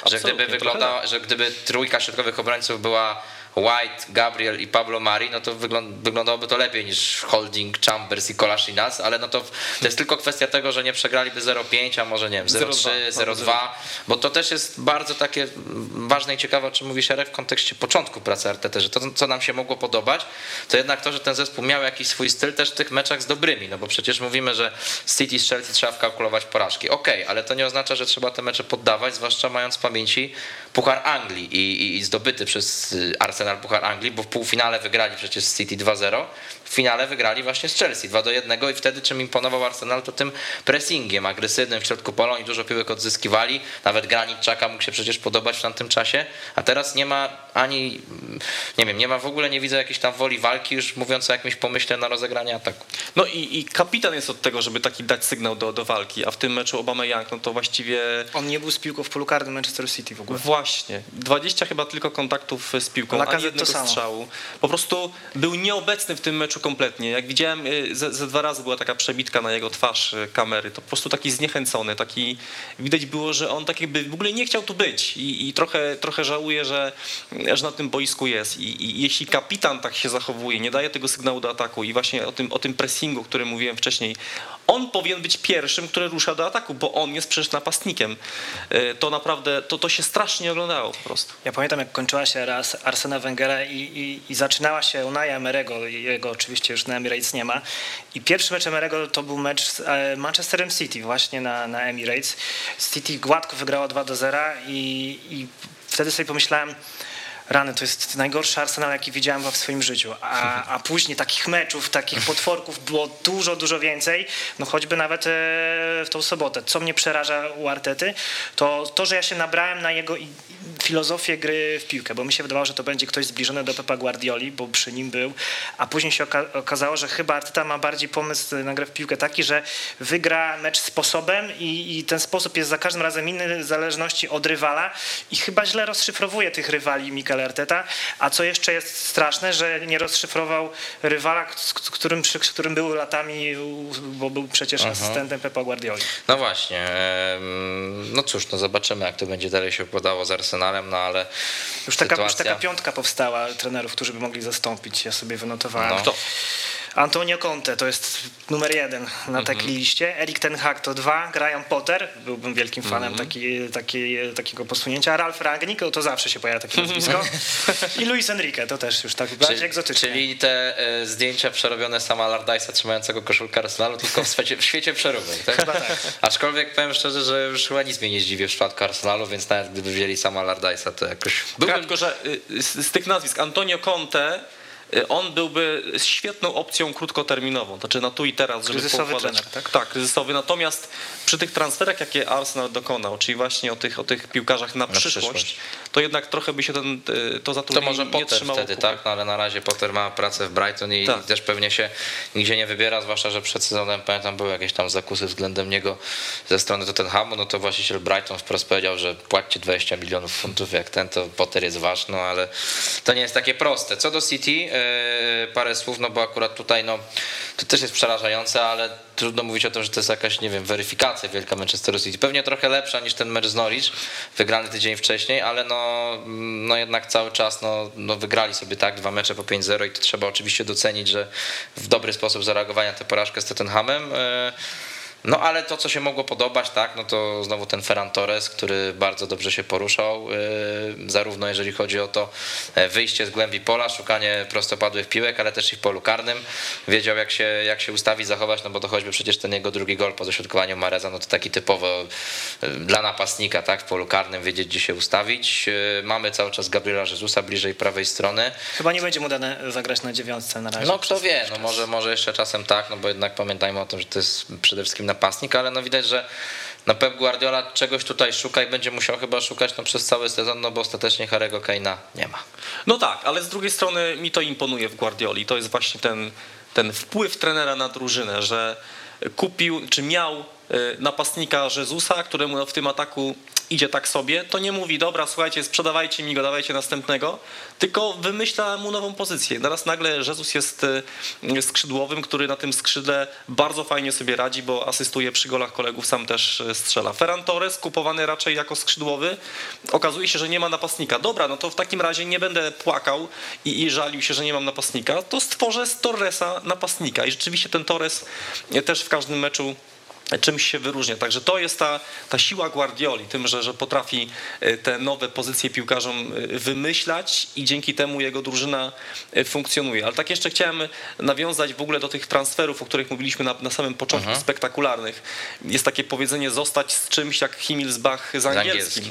że gdyby trójka środkowych obrońców była White, Gabriel i Pablo Mari, no to wyglądałoby to lepiej niż Holding, Chambers i Kolasinac, ale no to jest tylko kwestia tego, że nie przegraliby 0,5, a może nie wiem, 0,3, 0,2, bo to też jest bardzo takie ważne i ciekawe, o czym mówi Szereg w kontekście początku pracy Artety, że to, co nam się mogło podobać, to jednak to, że ten zespół miał jakiś swój styl też w tych meczach z dobrymi, no bo przecież mówimy, że z City, z Chelsea trzeba wkalkulować porażki. Okej, ale to nie oznacza, że trzeba te mecze poddawać, zwłaszcza mając w pamięci Puchar Anglii i zdobyty przez Arsenal Puchar Anglii, bo w półfinale wygrali przecież z City 2-0, w finale wygrali właśnie z Chelsea 2-1 i wtedy czym imponował Arsenal, to tym pressingiem agresywnym w środku pola, oni dużo piłek odzyskiwali, nawet Granit Xhaka mógł się przecież podobać w tamtym czasie, a teraz nie ma ani, nie wiem, nie ma w ogóle, nie widzę jakiejś tam woli walki, już mówiąc o jakimś pomyśle na rozegranie ataku. No i kapitan jest od tego, żeby taki dać sygnał do walki, a w tym meczu Aubameyang, no to właściwie... On nie był z piłką w polu karnym Manchester City w ogóle. Właśnie, 20 chyba tylko kontaktów z piłką, ani jednego strzału. Po prostu był nieobecny w tym meczu kompletnie. Jak widziałem, ze 2 razy była taka przebitka na jego twarz kamery, to po prostu taki zniechęcony, taki widać było, że on tak jakby w ogóle nie chciał tu być i trochę żałuje, że na tym boisku jest. I jeśli kapitan tak się zachowuje, nie daje tego sygnału do ataku i właśnie o tym pressingu, o którym mówiłem wcześniej, on powinien być pierwszym, który rusza do ataku, bo on jest przecież napastnikiem. To naprawdę, to się strasznie oglądało po prostu. Ja pamiętam, jak kończyła się raz Arsena Wengera i zaczynała się Unaia Emery'ego, jego oczywiście już na Emirates nie ma. I pierwszy mecz Emery'ego to był mecz z Manchesterem City właśnie na Emirates. City gładko wygrała 2-0 i wtedy sobie pomyślałem, rany, to jest najgorszy Arsenal, jaki widziałem w swoim życiu, a później takich meczów, takich potworków było dużo więcej, no choćby nawet w tą sobotę. Co mnie przeraża u Artety, to że ja się nabrałem na jego filozofię gry w piłkę, bo mi się wydawało, że to będzie ktoś zbliżony do Pepa Guardioli, bo przy nim był, a później się okazało, że chyba Arteta ma bardziej pomysł na grę w piłkę taki, że wygra mecz sposobem i ten sposób jest za każdym razem inny w zależności od rywala i chyba źle rozszyfrowuje tych rywali Mikel Arteta, a co jeszcze jest straszne, że nie rozszyfrował rywala, przy którym był latami, bo był przecież asystentem Pepa Guardioli. No właśnie, no cóż, no zobaczymy, jak to będzie dalej się układało z Arsenalem, no ale już taka piątka powstała trenerów, którzy by mogli zastąpić, ja sobie wynotowałem. No. Kto? Antonio Conte to jest numer 1 na takiej liście, Erik ten Hag to 2, Graham Potter, byłbym wielkim fanem takiego posunięcia, Ralf Rangnick, to zawsze się pojawia takie nazwisko i Luis Enrique, to też już tak bardziej egzotycznie. Czyli te zdjęcia przerobione Sama Allardyce'a trzymającego koszulkę Arsenalu tylko w świecie przeróbek, tak? Chyba tak. Aczkolwiek powiem szczerze, że już chyba nic mnie nie zdziwi w przypadku Arsenalu, więc nawet gdyby wzięli Sama Allardyce'a, to jakoś... Tylko, że z tych nazwisk Antonio Conte on byłby świetną opcją krótkoterminową, znaczy na tu i teraz, żeby kryzysowy poukładać. trener, tak? Tak, kryzysowy. Natomiast przy tych transferach, jakie Arsenal dokonał, czyli właśnie o tych piłkarzach na przyszłość, to jednak trochę by się to zatrudnienie to może nie Potter trzymało wtedy, kupy. tak? No ale na razie Potter ma pracę w Brighton i Tak. też pewnie się nigdzie nie wybiera, zwłaszcza, że przed sezonem, pamiętam, były jakieś tam zakusy względem niego ze strony Tottenhamu, no to właściciel Brighton wprost powiedział, że płaćcie 20 milionów funtów, jak ten, to Potter jest wasz, no ale to nie jest takie proste. Co do City, parę słów, no bo akurat tutaj, no to też jest przerażające, ale trudno mówić o tym, że to jest jakaś, nie wiem, weryfikacja wielka Manchesteru City. Pewnie trochę lepsza niż ten mecz z Norwich, wygrany tydzień wcześniej, ale no jednak cały czas no wygrali sobie tak 2 mecze po 5-0 i to trzeba oczywiście docenić, że w dobry sposób zareagowali na tę porażkę z Tottenhamem. No ale to, co się mogło podobać, tak, no to znowu ten Ferran Torres, który bardzo dobrze się poruszał, zarówno jeżeli chodzi o to wyjście z głębi pola, szukanie prostopadłych piłek, ale też i w polu karnym. Wiedział, jak się ustawić, zachować, no bo to choćby przecież ten jego drugi gol po dośrodkowaniu Mareza, no to taki typowo dla napastnika, tak, w polu karnym wiedzieć, gdzie się ustawić. Mamy cały czas Gabriela Jezusa bliżej prawej strony. Chyba nie będzie mu dane zagrać na 9 na razie. No kto wie, no może jeszcze czasem tak, no bo jednak pamiętajmy o tym, że to jest przede wszystkim napastnik, ale no widać, że no Pep Guardiola czegoś tutaj szuka i będzie musiał chyba szukać przez cały sezon, no bo ostatecznie Harry'ego Kane'a nie ma. No tak, ale z drugiej strony mi to imponuje w Guardioli. To jest właśnie ten wpływ trenera na drużynę, że kupił, czy miał napastnika Jezusa, któremu w tym ataku idzie tak sobie, to nie mówi, dobra, słuchajcie, sprzedawajcie mi go, dawajcie następnego, tylko wymyśla mu nową pozycję. Teraz nagle Jezus jest skrzydłowym, który na tym skrzydle bardzo fajnie sobie radzi, bo asystuje przy golach kolegów, sam też strzela. Ferran Torres, kupowany raczej jako skrzydłowy, okazuje się, że nie ma napastnika. Dobra, no to w takim razie nie będę płakał i żalił się, że nie mam napastnika, to stworzę z Torresa napastnika. I rzeczywiście ten Torres też w każdym meczu czymś się wyróżnia. Także to jest ta siła Guardioli, tym, że potrafi te nowe pozycje piłkarzom wymyślać i dzięki temu jego drużyna funkcjonuje. Ale tak jeszcze chciałem nawiązać w ogóle do tych transferów, o których mówiliśmy na samym początku, spektakularnych. Jest takie powiedzenie zostać z czymś jak Himmelsbach z angielskim.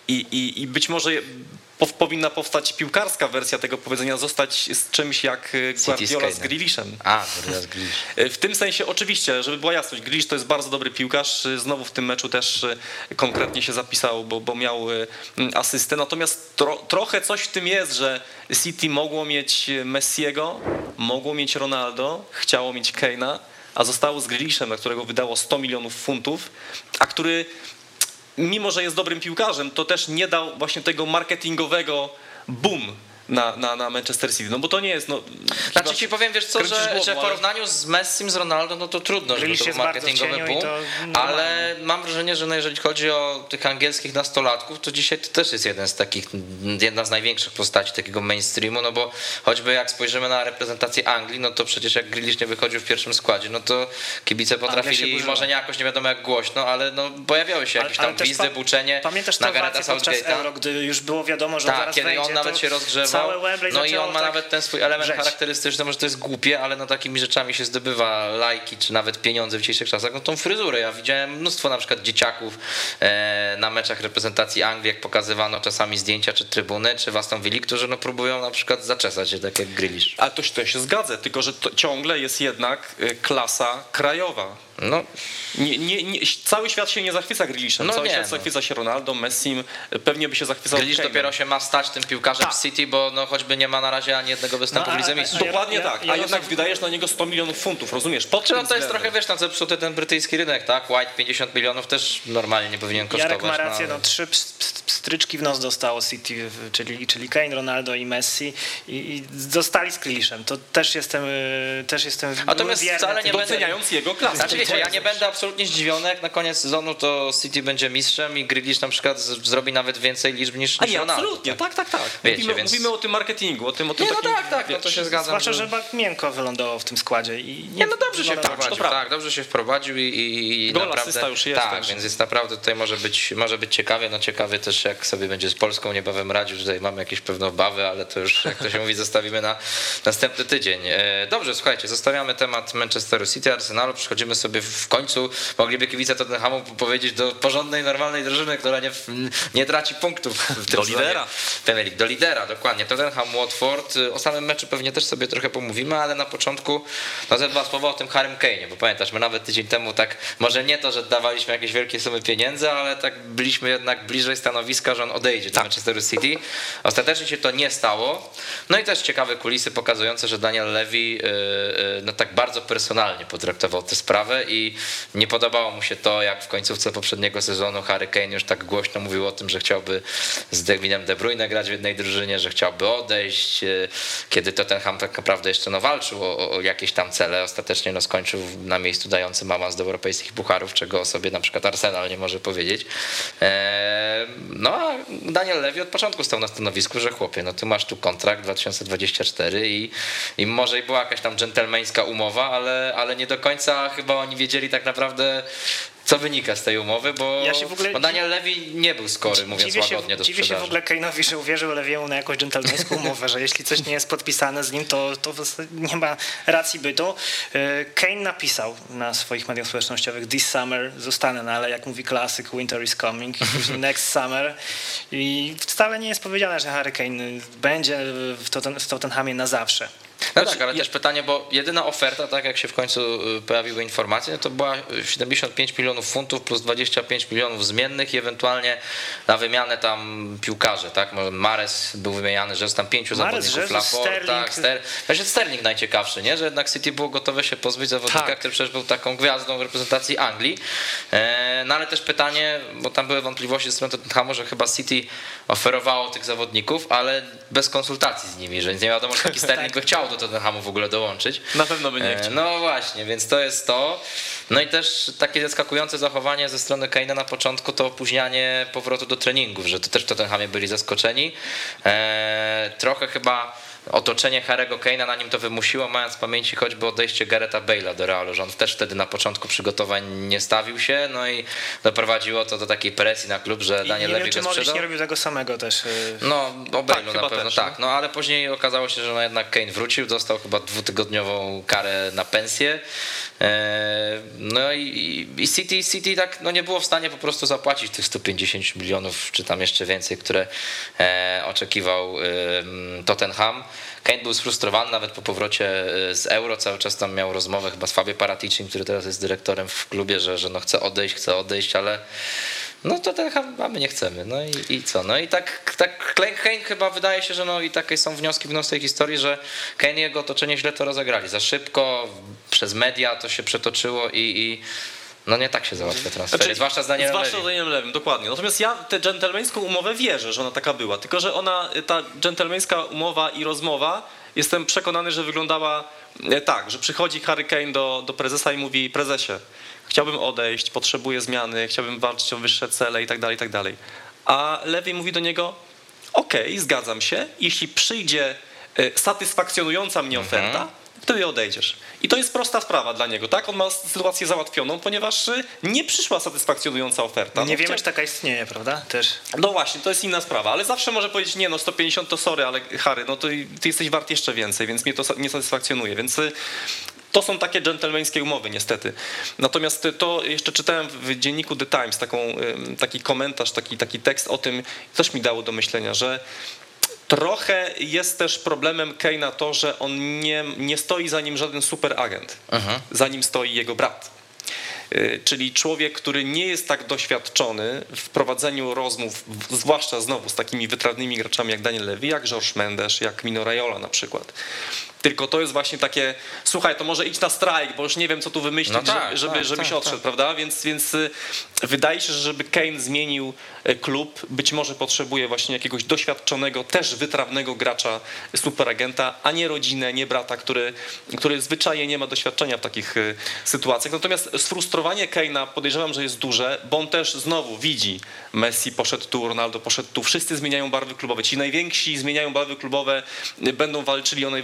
I być może powinna powstać piłkarska wersja tego powiedzenia, zostać z czymś jak Guardiola z Grealishem. Guardiola z Grealish. W tym sensie oczywiście, żeby była jasność, Grealish to jest bardzo dobry piłkarz, znowu w tym meczu też konkretnie się zapisał, bo miał asystę, natomiast trochę coś w tym jest, że City mogło mieć Messiego, mogło mieć Ronaldo, chciało mieć Kane'a, a zostało z Grealishem, na którego wydało 100 milionów funtów, a który mimo że jest dobrym piłkarzem, to też nie dał właśnie tego marketingowego boom na Manchester City, no bo to nie jest... Znaczy ci powiem, wiesz co, że w porównaniu z Messim, z Ronaldo, no to trudno, żeby to był marketingowy boom, ale mam wrażenie, że jeżeli chodzi o tych angielskich nastolatków, to dzisiaj to też jest jedna z największych postaci takiego mainstreamu, no bo choćby jak spojrzymy na reprezentację Anglii, no to przecież jak Grealish nie wychodził w pierwszym składzie, no to kibice potrafili, może nie jakoś nie wiadomo jak głośno, ale no pojawiały się jakieś tam gwizdy, buczenie na Garetha Southgate'a. Euro, gdy już było wiadomo, że zaraz kiedy on nawet się rozgrzewał. No i on ma nawet ten swój element charakterystyczny, może to jest głupie, ale no takimi rzeczami się zdobywa lajki, czy nawet pieniądze w dzisiejszych czasach. No tą fryzurę, ja widziałem mnóstwo na przykład dzieciaków na meczach reprezentacji Anglii, jak pokazywano czasami zdjęcia, czy trybuny, czy w Aston Villa, którzy no próbują na przykład zaczesać się, tak jak Grealish. Ale to się zgadza, tylko że to ciągle jest jednak klasa krajowa. No. Cały świat się nie zachwyca Grealishem, cały świat zachwyca się Ronaldo, Messim, pewnie by się zachwycał Grealish dopiero się ma stać tym piłkarzem w City, bo no choćby nie ma na razie ani jednego występu w Lidze Mistrzów. Dokładnie tak, a jednak wydajesz na niego 100 milionów funtów, rozumiesz? To jest trochę, wiesz, na co zepsuty ten brytyjski rynek, tak? White 50 milionów też normalnie nie powinien kosztować. Jarek ma rację, 3 stryczki w nos dostało City, czyli Kane, Ronaldo i Messi i zostali z Grealishem. To też jestem natomiast wcale nie doceniając jego klasę. Znaczy wiecie, ja nie będę absolutnie zdziwiony, jak na koniec sezonu to City będzie mistrzem i Grealish na przykład zrobi nawet więcej liczb niż Ronaldo. Absolutnie, tak. Wiecie, Mówimy o tym marketingu, o tym no tak, no to się zgadzam. Zwłaszcza, że miękko wylądował w tym składzie. No dobrze się wprowadził, dobrze się wprowadził i naprawdę już jest. Tak, więc jest naprawdę tutaj może być ciekawie, no ciekawie też jak sobie będzie z Polską niebawem radził, tutaj mamy jakieś pewne obawy, ale to już, jak to się mówi, zostawimy na następny tydzień. Dobrze, słuchajcie, zostawiamy temat Manchesteru City, Arsenalu, przechodzimy sobie sobie w końcu mogliby kibice Tottenhamu powiedzieć do porządnej, normalnej drużyny, która nie traci punktów w tym do lidera. Premier League, do lidera, dokładnie. Tottenham, Watford. O samym meczu pewnie też sobie trochę pomówimy, ale na początku ze dwa słowa o tym Harrym Kane'ie, bo pamiętasz, my nawet tydzień temu tak, może nie to, że dawaliśmy jakieś wielkie sumy pieniędzy, ale tak byliśmy jednak bliżej stanowiska, że on odejdzie do Manchesteru City. Ostatecznie się to nie stało. No i też ciekawe kulisy pokazujące, że Daniel Levy no tak bardzo personalnie potraktował tę sprawę i nie podobało mu się to, jak w końcówce poprzedniego sezonu Harry Kane już tak głośno mówił o tym, że chciałby z Kevinem De Bruyne grać w jednej drużynie, że chciałby odejść, kiedy Tottenham tak naprawdę jeszcze walczył o jakieś tam cele. Ostatecznie skończył na miejscu dającym awans do europejskich pucharów, czego o sobie na przykład Arsenal nie może powiedzieć. No a Daniel Levy od początku stał na stanowisku, że chłopie, no ty masz tu kontrakt 2024 i może i była jakaś tam dżentelmeńska umowa, ale nie do końca chyba oni wiedzieli tak naprawdę, co wynika z tej umowy, bo Daniel Levy nie był skory, mówiąc łagodnie, do sprzedaży. Dziwię się w ogóle Kane'owi, że uwierzył Lewiemu na jakąś dżentelmeńską umowę, że jeśli coś nie jest podpisane z nim, to nie ma racji bytu. Kane napisał na swoich mediach społecznościowych "This summer zostanę", no ale jak mówi klasyk, winter is coming, next summer, i wcale nie jest powiedziane, że Harry Kane będzie w Tottenhamie na zawsze. No tak, ale też pytanie, bo jedyna oferta, tak jak się w końcu pojawiły informacje, no to była 75 milionów funtów plus 25 milionów zmiennych i ewentualnie na wymianę tam piłkarzy, tak? Mahrez był wymieniany, że jest tam 5 zawodników, Laporte, tak, Sterling najciekawszy, nie? Że jednak City było gotowe się pozbyć zawodnika, który przecież był taką gwiazdą reprezentacji Anglii. No ale też pytanie, bo tam były wątpliwości ze strony Tottenhamu, że chyba City oferowało tych zawodników, ale bez konsultacji z nimi, że nie wiadomo, czy taki Sterling by chciał do Tottenhamu w ogóle dołączyć. Na pewno by nie chciał. No właśnie, więc to jest to. No i też takie zaskakujące zachowanie ze strony Kane'a na początku, to opóźnianie powrotu do treningów, że to też w Tottenhamie byli zaskoczeni. Trochę chyba otoczenie Harry'ego Kane'a na nim to wymusiło, mając w pamięci choćby odejście Garetha Bale'a do Realu, że on też wtedy na początku przygotowań nie stawił się, no i doprowadziło to do takiej presji na klub, że Daniel Levy go sprzedał. Nie wiem, czy nie robił tego samego też. No, o Bale'u na pewno też, tak, no ale później okazało się, że jednak Kane wrócił, dostał chyba 2-tygodniową karę na pensję. No i City tak no nie było w stanie po prostu zapłacić tych 150 milionów, czy tam jeszcze więcej, które oczekiwał Tottenham. Kane był sfrustrowany nawet po powrocie z Euro, cały czas tam miał rozmowę chyba z Fabio Paraticim, który teraz jest dyrektorem w klubie, że no chce odejść, ale no to a my nie chcemy. No i co? No i tak Kane chyba wydaje się, że no i takie są wnioski z tej historii, że Kane i jego otoczenie źle to rozegrali. Za szybko, przez media to się przetoczyło i no nie tak się załatwia transfery, zwłaszcza z Danielem Lewym, dokładnie. Natomiast ja tę dżentelmeńską umowę wierzę, że ona taka była, tylko że ta dżentelmeńska umowa i rozmowa, jestem przekonany, że wyglądała tak, że przychodzi Harry Kane do prezesa i mówi: prezesie, chciałbym odejść, potrzebuję zmiany, chciałbym walczyć o wyższe cele i tak dalej. A Levy mówi do niego: okej, zgadzam się, jeśli przyjdzie satysfakcjonująca mnie oferta, wtedy odejdziesz. I to jest prosta sprawa dla niego, tak? On ma sytuację załatwioną, ponieważ nie przyszła satysfakcjonująca oferta. Nie wiemy, czy taka istnieje, prawda? Też. No właśnie, to jest inna sprawa, ale zawsze może powiedzieć: nie, no 150 to sorry, ale Harry, no to ty jesteś wart jeszcze więcej, więc mnie to nie satysfakcjonuje, więc to są takie dżentelmeńskie umowy niestety. Natomiast to jeszcze czytałem w dzienniku The Times taki komentarz, taki tekst o tym, też mi dało do myślenia, że trochę jest też problemem Kane'a to, że on nie stoi za nim żaden super agent. Za nim stoi jego brat. Czyli człowiek, który nie jest tak doświadczony w prowadzeniu rozmów, zwłaszcza znowu z takimi wytrawnymi graczami jak Daniel Levy, jak George Mendes, jak Mino Raiola na przykład. Tylko to jest właśnie takie: słuchaj, to może idź na strajk, bo już nie wiem, co tu wymyślić, żebyś odszedł, prawda? Więc wydaje się, że żeby Kane zmienił klub, być może potrzebuje właśnie jakiegoś doświadczonego, też wytrawnego gracza, superagenta, a nie rodzinę, nie brata, który zwyczajnie nie ma doświadczenia w takich sytuacjach. Natomiast sfrustrowanie Kane'a podejrzewam, że jest duże, bo on też znowu widzi: Messi poszedł tu, Ronaldo poszedł tu, wszyscy zmieniają barwy klubowe. Ci najwięksi zmieniają barwy klubowe, będą walczyli o najwyższe cele,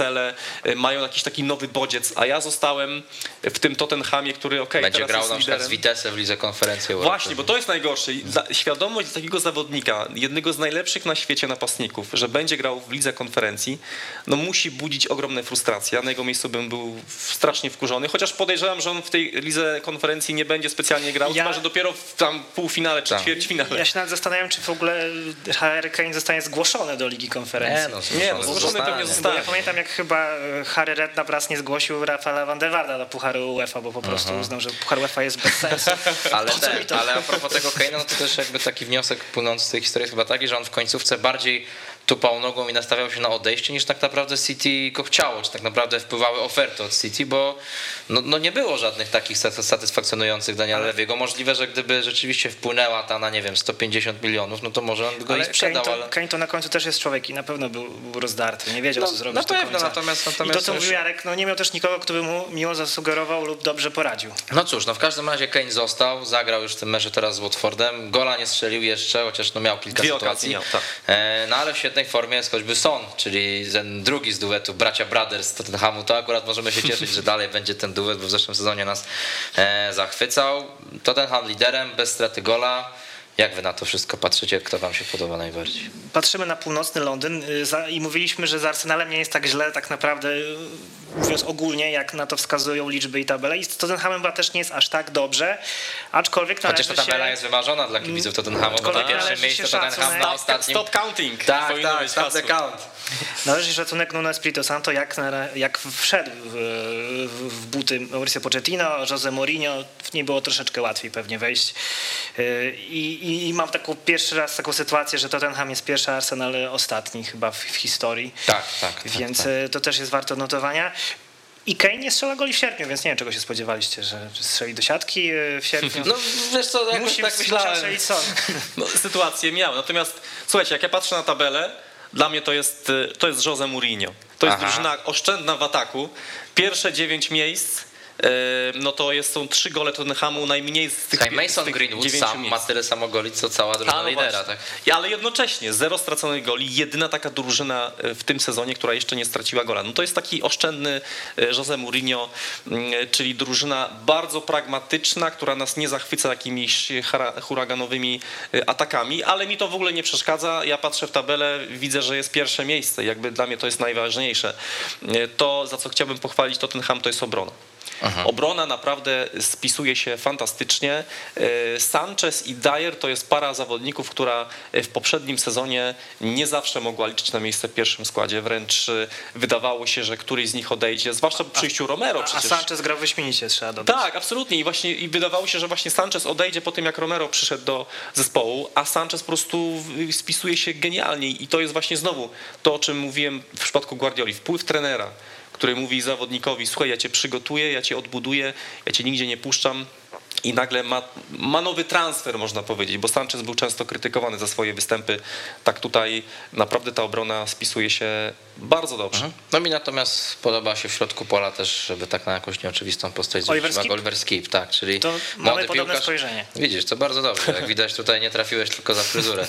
cele, mają jakiś taki nowy bodziec, a ja zostałem w tym Tottenhamie, który będzie teraz grał jest na przykład liderem. z Vitesse w Lidze Konferencji Europy. Właśnie, bo to jest najgorsze. Świadomość takiego zawodnika, jednego z najlepszych na świecie napastników, że będzie grał w Lidze Konferencji, no musi budzić ogromne frustracje. Ja na jego miejscu bym był strasznie wkurzony, chociaż podejrzewam, że on w tej Lidze Konferencji nie będzie specjalnie grał, chyba że dopiero w tam półfinale czy ćwierćfinale. Ja się nawet zastanawiam, czy w ogóle Harry Kane zostanie zgłoszony do Ligi Konferencji. Nie, zgłoszony pewnie Bo zostanie. ja pamiętam, jak chyba Harry Redknapp nie zgłosił Rafaela van der Waarda do Pucharu UEFA, bo po prostu uznał, że Puchar UEFA jest bez sensu. Ale a propos tego Kane'a, no to też jakby taki wniosek płynący z tej historii jest chyba taki, że on w końcówce bardziej tupał nogą i nastawiał się na odejście, niż tak naprawdę City go chciało, czy tak naprawdę wpływały oferty od City, bo no nie było żadnych takich satysfakcjonujących Daniela Leviego. Możliwe, że gdyby rzeczywiście wpłynęła ta na, nie wiem, 150 milionów, no to może on go i sprzedał. Kane to na końcu też jest człowiek i na pewno był rozdarty, nie wiedział, co zrobić na do pewno, końca. natomiast I to, co mówił Jarek, no nie miał też nikogo, kto by mu miło zasugerował lub dobrze poradził. No cóż, no w każdym razie Kane został, zagrał już w tym meczu teraz z Watfordem, gola nie strzelił jeszcze, chociaż no miał kilka sytuacji. No ale w świetnej formie jest choćby Son, czyli ten drugi z duetu, bracia Brothers z Tottenhamu, to akurat możemy się cieszyć, że dalej będzie ten duet, bo w zeszłym sezonie nas zachwycał. Tottenham liderem, bez straty gola. Jak wy na to wszystko patrzycie? Kto wam się podoba najbardziej? Patrzymy na północny Londyn i mówiliśmy, że z Arsenalem nie jest tak źle, tak naprawdę mówiąc ogólnie, jak na to wskazują liczby i tabele. I z Tottenhamem też nie jest aż tak dobrze, aczkolwiek chociaż ta tabela jest wymarzona dla kibiców Tottenhamu, bo na pierwszym miejscu Tottenham na ostatnim... Stop counting! Tak, stop the count. Należy szacunek Nuno Espirito Santo, jak wszedł w buty Mauricio Pochettino, Jose Mourinho, w niej było troszeczkę łatwiej pewnie wejść. I mam pierwszy raz taką sytuację, że Tottenham jest pierwszy, Arsenal ostatni chyba w historii. Tak. Więc to też jest warte odnotowania. I Kane nie strzela goli w sierpniu, więc nie wiem, czego się spodziewaliście, że strzeli do siatki w sierpniu. No wiesz co, jakoś tak myślałem. No, sytuację miał. Natomiast słuchajcie, jak ja patrzę na tabelę, dla mnie to jest Jose Mourinho. To jest drużyna oszczędna w ataku. Pierwsze 9 miejsc, no to są 3 gole Tottenhamu, najmniej z tych Mason Greenwood sam ma tyle samo goli, co cała drużyna lidera. Tak? Ale jednocześnie 0 straconych goli, jedyna taka drużyna w tym sezonie, która jeszcze nie straciła gola. No to jest taki oszczędny Jose Mourinho, czyli drużyna bardzo pragmatyczna, która nas nie zachwyca jakimiś huraganowymi atakami, ale mi to w ogóle nie przeszkadza. Ja patrzę w tabelę, widzę, że jest pierwsze miejsce. Jakby dla mnie to jest najważniejsze. To, za co chciałbym pochwalić Tottenham, to jest obrona. Obrona naprawdę spisuje się fantastycznie. Sanchez i Dyer to jest para zawodników, która w poprzednim sezonie nie zawsze mogła liczyć na miejsce w pierwszym składzie. Wręcz wydawało się, że któryś z nich odejdzie, zwłaszcza po przyjściu Romero. A Sanchez grał wyśmienicie, trzeba dodać. Tak, absolutnie. I wydawało się, że właśnie Sanchez odejdzie po tym, jak Romero przyszedł do zespołu, a Sanchez po prostu spisuje się genialnie. I to jest właśnie znowu to, o czym mówiłem w przypadku Guardioli. Wpływ trenera, który mówi zawodnikowi: słuchaj, ja cię przygotuję, ja cię odbuduję, ja cię nigdzie nie puszczam. I nagle ma nowy transfer, można powiedzieć, bo Sanchez był często krytykowany za swoje występy. Tak tutaj naprawdę ta obrona spisuje się bardzo dobrze. No mi natomiast podoba się w środku pola też, żeby tak na jakąś nieoczywistą postać zwrócić uwagę, Oliver Skip, tak, czyli to młody podobne piłkarz. Spojrzenie. Widzisz, to bardzo dobrze. Jak widać, tutaj nie trafiłeś tylko za fryzurę.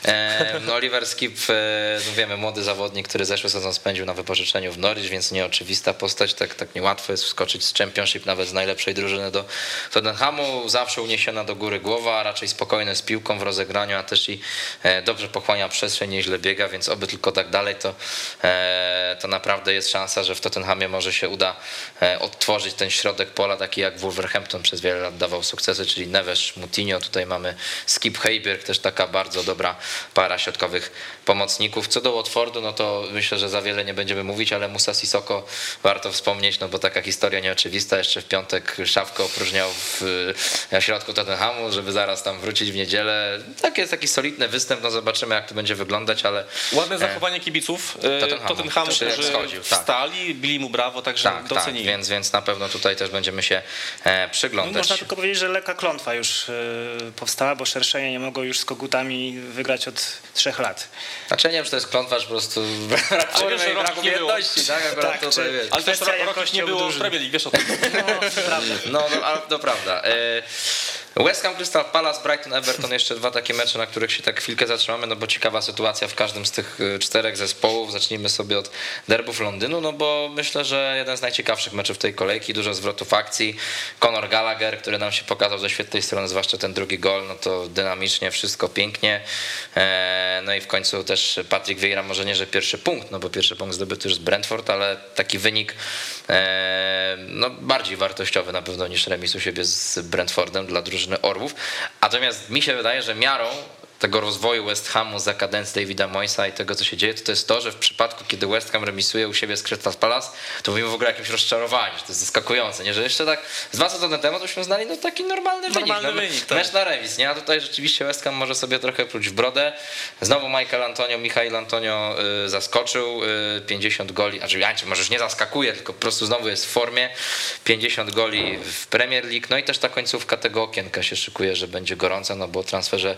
Oliver Skip, no wiemy, młody zawodnik, który zeszły sezon spędził na wypożyczeniu w Norwich, więc nieoczywista postać, tak niełatwo jest wskoczyć z Championship, nawet z najlepszej drużyny do Tottenhamu. Zawsze uniesiona do góry głowa, raczej spokojny z piłką w rozegraniu, a też i dobrze pochłania przestrzeń, nieźle biega, więc oby tylko tak dalej, to naprawdę jest szansa, że w Tottenhamie może się uda odtworzyć ten środek pola, taki jak Wolverhampton przez wiele lat dawał sukcesy, czyli Neves, Moutinho, tutaj mamy Skip Heiberg, też taka bardzo dobra para środkowych pomocników. Co do Watfordu, no to myślę, że za wiele nie będziemy mówić, ale Moussa Sissoko warto wspomnieć, no bo taka historia nieoczywista, jeszcze w piątek szafkę opróżniał na środku Tottenhamu, żeby zaraz tam wrócić w niedzielę. Tak jest taki solidny występ, no zobaczymy, jak to będzie wyglądać, ale... Ładne zachowanie kibiców Tottenhamu, którzy wstali, bili mu brawo, także docenili. Tak, więc na pewno tutaj też będziemy się przyglądać. No, można tylko powiedzieć, że lekka klątwa już powstała, bo Szerszenie nie mogło już z Kogutami wygrać od 3 lat. Znaczy nie wiem, czy to jest klątwa, czy po prostu braku jedności, tak? Akurat tak, ale też Rocky nie było w Premier League, wiesz o tym. No, to prawda. West Ham, Crystal Palace, Brighton, Everton, jeszcze dwa takie mecze, na których się tak chwilkę zatrzymamy, no bo ciekawa sytuacja w każdym z tych 4 zespołów. Zacznijmy sobie od derbów Londynu, no bo myślę, że jeden z najciekawszych meczów tej kolejki, dużo zwrotów akcji. Conor Gallagher, który nam się pokazał ze świetnej strony, zwłaszcza ten drugi gol, no to dynamicznie, wszystko pięknie. No i w końcu też Patrick Vieira, może nie, że pierwszy punkt, no bo pierwszy punkt zdobyty już z Brentford, ale taki wynik no bardziej wartościowy na pewno niż remis u siebie z Brentfordem dla drużyny Orłów. Natomiast mi się wydaje, że miarą tego rozwoju West Hamu za kadencji Davida Moyesa i tego, co się dzieje, to jest to, że w przypadku, kiedy West Ham remisuje u siebie z Crystal Palace, to mówimy w ogóle o jakimś rozczarowaniu, że to jest zaskakujące, nie? Że jeszcze tak z 2 sezony temu tośmy znali no taki normalny wynik, tak. Mecz na remis, nie? A tutaj rzeczywiście West Ham może sobie trochę pluć w brodę. Znowu Michail Antonio zaskoczył, 50 goli, może już nie zaskakuje, tylko po prostu znowu jest w formie, 50 goli w Premier League, no i też ta końcówka tego okienka się szykuje, że będzie gorąca, no bo o transferze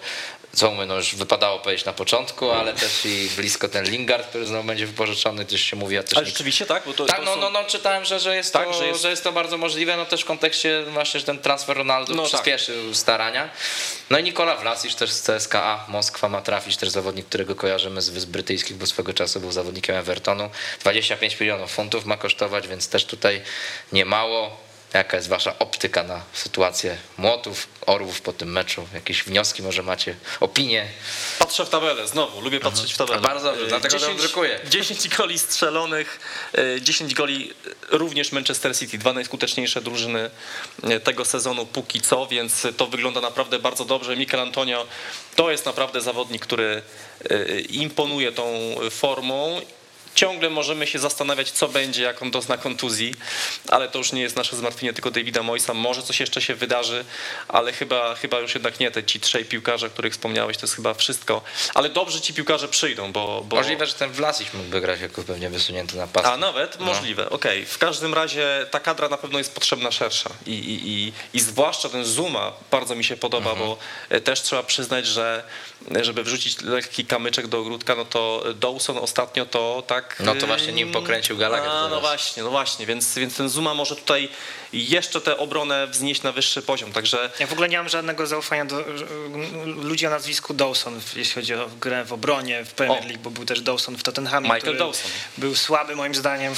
no już wypadało powiedzieć na początku, ale też i blisko ten Lingard, który znowu będzie wypożyczony, też się mówi. Ale rzeczywiście tak? Bo tak, czytałem, że jest tak, że jest to bardzo możliwe, no też w kontekście właśnie, że ten transfer Ronaldo przyspieszył starania. No i Nikola Vlasic też z CSKA Moskwa ma trafić, też zawodnik, którego kojarzymy z Wysp Brytyjskich, bo swego czasu był zawodnikiem Evertonu. 25 milionów funtów ma kosztować, więc też tutaj nie mało. Jaka jest wasza optyka na sytuację Młotów, Orłów po tym meczu? Jakieś wnioski może macie, opinie? Patrzę w tabelę, znowu, lubię patrzeć w tabelę. Bardzo dobrze, dlatego że drukuję. 10 goli strzelonych, 10 goli również Manchester City, 2 najskuteczniejsze drużyny tego sezonu póki co, więc to wygląda naprawdę bardzo dobrze. Mikel Antonio to jest naprawdę zawodnik, który imponuje tą formą. Ciągle możemy się zastanawiać, co będzie, jak on dozna kontuzji, ale to już nie jest nasze zmartwienie, tylko Davida Moyesa. Może coś jeszcze się wydarzy, ale chyba już jednak nie. Ci 3 piłkarze, o których wspomniałeś, to jest chyba wszystko. Ale dobrze ci piłkarze przyjdą, bo... Możliwe, że ten Vlasic mógłby grać jako pewnie wysunięty napastnik. A nawet? Możliwe, okej. W każdym razie ta kadra na pewno jest potrzebna szersza i zwłaszcza ten Zuma bardzo mi się podoba, bo też trzeba przyznać, że żeby wrzucić lekki kamyczek do ogródka, no to Dawson ostatnio to tak... No to właśnie nim pokręcił Gallagher. No właśnie, więc ten Zuma może tutaj jeszcze tę obronę wznieść na wyższy poziom, także... Ja w ogóle nie mam żadnego zaufania do ludzi o nazwisku Dawson, jeśli chodzi o grę w obronie w Premier League, bo był też Dawson w Tottenhamie, Michael Dawson. Był słaby moim zdaniem.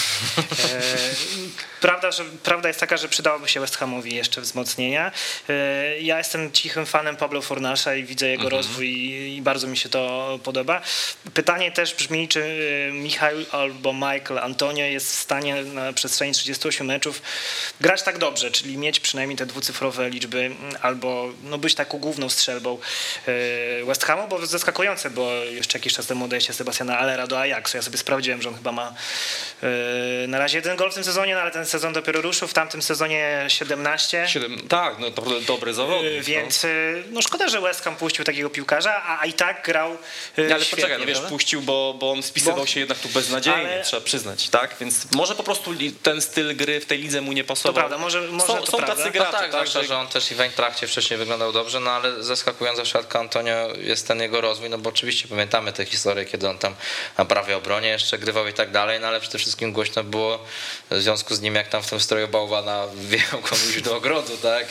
Prawda jest taka, że przydałoby się West Hamowi jeszcze wzmocnienia. Ja jestem cichym fanem Pablo Fornasza i widzę jego rozwój i bardzo mi się to podoba. Pytanie też brzmi, czy Michał albo Michael Antonio jest w stanie na przestrzeni 38 meczów grać tak dobrze, czyli mieć przynajmniej te dwucyfrowe liczby albo być taką główną strzelbą West Hamu, bo zaskakujące, bo jeszcze jakiś czas temu odejście Sebastiana Allera do Ajaxu. Ja sobie sprawdziłem, że on chyba ma na razie 1 gol w tym sezonie, no ale ten sezon dopiero ruszył, w tamtym sezonie 17. Tak, no to dobry zawodnik. Więc szkoda, że West Ham puścił takiego piłkarza, a i tak grał ale świetnie, poczekaj, wiesz, puścił, bo on spisywał się jednak tu beznadziejnie, trzeba przyznać, tak? Więc może po prostu ten styl gry w tej lidze mu nie pasował. To prawda, może są to tacy gracze, tak, że on też i w Eintrachcie wcześniej wyglądał dobrze, no ale zaskakująca w przypadku Antonio jest ten jego rozwój, no bo oczywiście pamiętamy tę historię, kiedy on tam na prawej obronie jeszcze grywał i tak dalej, no ale przede wszystkim głośno było w związku z nim, jak tam w tym stroju bałwana wjechał komuś do ogrodu, tak?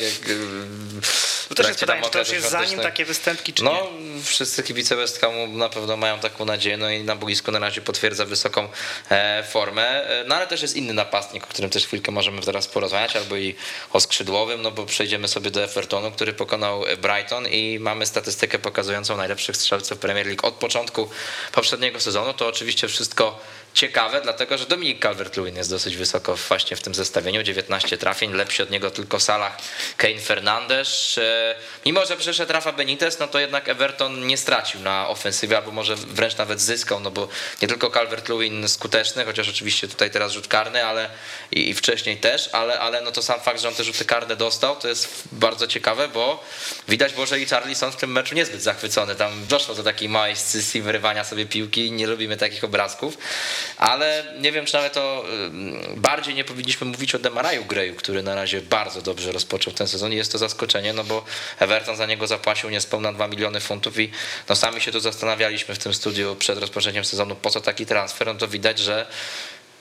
To też jest pytanie, czy to już jest za nim takie występki, czy nie? Wszyscy kibice West Hamu na pewno mają taką nadzieję, no i na boisku na razie potwierdza wysoką formę, no ale też jest inny napastnik, o którym też chwilkę możemy teraz porozmawiać, albo i o skrzydłowym, no bo przejdziemy sobie do Evertonu, który pokonał Brighton i mamy statystykę pokazującą najlepszych strzelców Premier League od początku poprzedniego sezonu. To oczywiście wszystko ciekawe, dlatego że Dominik Calvert-Lewin jest dosyć wysoko właśnie w tym zestawieniu, 19 trafień, lepszy od niego tylko Salah, Kane, Fernandes. Mimo że przyszedł Rafa Benitez, no to jednak Everton nie stracił na ofensywie, albo może wręcz nawet zyskał, no bo nie tylko Calvert-Lewin skuteczny, chociaż oczywiście tutaj teraz rzut karny, ale i wcześniej też, ale no to sam fakt, że on te rzuty karne dostał, to jest bardzo ciekawe, bo widać było, że Richarlison w tym meczu niezbyt zachwycony, tam doszło do takiej małej scysji, wyrywania sobie piłki, nie lubimy takich obrazków. Ale nie wiem, czy nawet bardziej nie powinniśmy mówić o Demaraju Greyu, który na razie bardzo dobrze rozpoczął ten sezon i jest to zaskoczenie, no bo Everton za niego zapłacił niespełna 2 miliony funtów i no sami się tu zastanawialiśmy w tym studiu przed rozpoczęciem sezonu, po co taki transfer, no to widać, że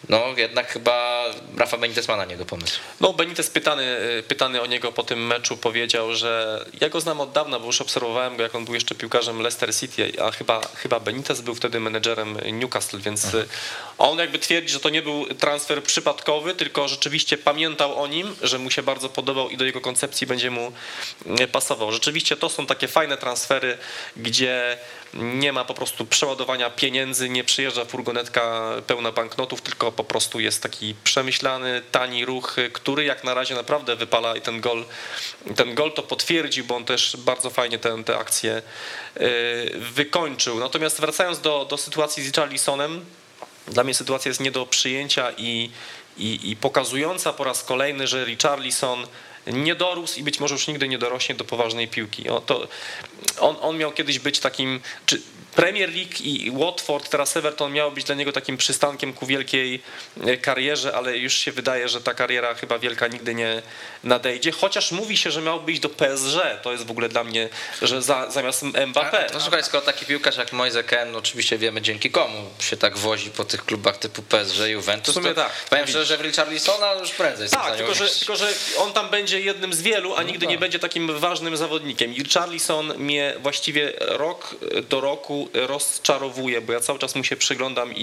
no jednak chyba Rafa Benitez ma na niego pomysł. No Benitez pytany o niego po tym meczu powiedział, że ja go znam od dawna, bo już obserwowałem go, jak on był jeszcze piłkarzem Leicester City, a chyba Benitez był wtedy menedżerem Newcastle, więc on jakby twierdzi, że to nie był transfer przypadkowy, tylko rzeczywiście pamiętał o nim, że mu się bardzo podobał i do jego koncepcji będzie mu pasował. Rzeczywiście to są takie fajne transfery, gdzie nie ma po prostu przeładowania pieniędzy, nie przyjeżdża furgonetka pełna banknotów, tylko po prostu jest taki przemyślany, tani ruch, który jak na razie naprawdę wypala i ten gol to potwierdził, bo on też bardzo fajnie tę akcję wykończył. Natomiast wracając do sytuacji z Richarlisonem, dla mnie sytuacja jest nie do przyjęcia i pokazująca po raz kolejny, że Richarlison nie dorósł i być może już nigdy nie dorośnie do poważnej piłki. On miał kiedyś być takim, czy Premier League i Watford, teraz Everton miało być dla niego takim przystankiem ku wielkiej karierze, ale już się wydaje, że ta kariera chyba wielka nigdy nie nadejdzie, chociaż mówi się, że miałby iść do PSG, to jest w ogóle dla mnie, że zamiast Mbappé. No słuchaj, skoro taki piłkarz jak Moise Kean, oczywiście wiemy dzięki komu się tak wozi po tych klubach typu PSG, Juventus, w sumie tak. Powiem szczerze, że w Richarlisona już prędzej. Tak, tylko że on tam będzie jednym z wielu, a nigdy nie będzie takim ważnym zawodnikiem. I Richarlison mnie właściwie rok do roku rozczarowuje, bo ja cały czas mu się przyglądam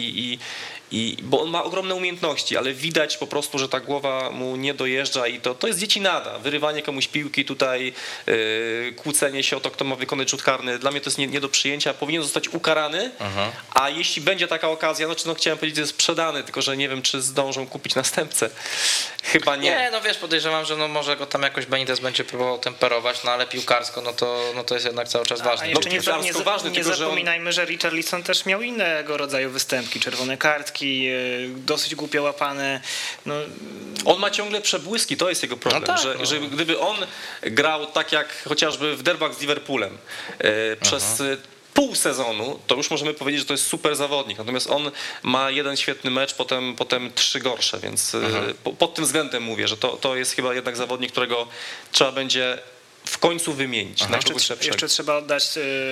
bo on ma ogromne umiejętności, ale widać po prostu, że ta głowa mu nie dojeżdża i to jest dziecinada. Wyrywanie komuś piłki tutaj, kłócenie się o to, kto ma wykonać rzut karny. Dla mnie to jest nie do przyjęcia. Powinien zostać ukarany, a jeśli będzie taka okazja, chciałem powiedzieć, że jest sprzedany, tylko że nie wiem, czy zdążą kupić następcę. Chyba nie. Nie, no wiesz, podejrzewam, że może go tam jakoś Benitez będzie próbował temperować, no ale piłkarsko, no to jest jednak cały czas ważne. Nie zapominajmy, że Richarlison też miał innego rodzaju występki, czerwone kartki, dosyć głupio łapane. No. On ma ciągle przebłyski, to jest jego problem, No tak, że gdyby on grał tak jak chociażby w derbach z Liverpoolem przez pół sezonu, to już możemy powiedzieć, że to jest super zawodnik. Natomiast on ma jeden świetny mecz, potem 3 gorsze, więc pod tym względem mówię, że to jest chyba jednak zawodnik, którego trzeba będzie w końcu wymienić. Jeszcze trzeba oddać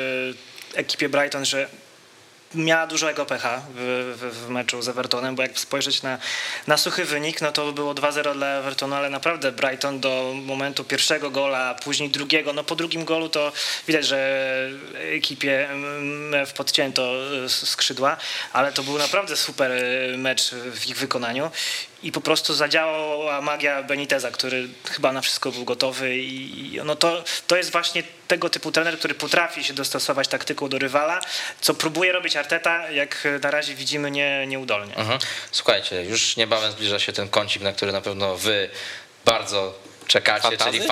ekipie Brighton, że miała dużego pecha w meczu z Evertonem, bo jak spojrzeć na suchy wynik, no to było 2-0 dla Evertonu, ale naprawdę Brighton do momentu pierwszego gola, później drugiego, no po drugim golu to widać, że ekipie podcięto skrzydła, ale to był naprawdę super mecz w ich wykonaniu. I po prostu zadziałała magia Beniteza, który chyba na wszystko był gotowy i no to jest właśnie tego typu trener, który potrafi się dostosować taktyką do rywala, co próbuje robić Arteta, jak na razie widzimy nieudolnie. Słuchajcie, już niebawem zbliża się ten kącik, na który na pewno wy bardzo czekacie, Fantazy? czyli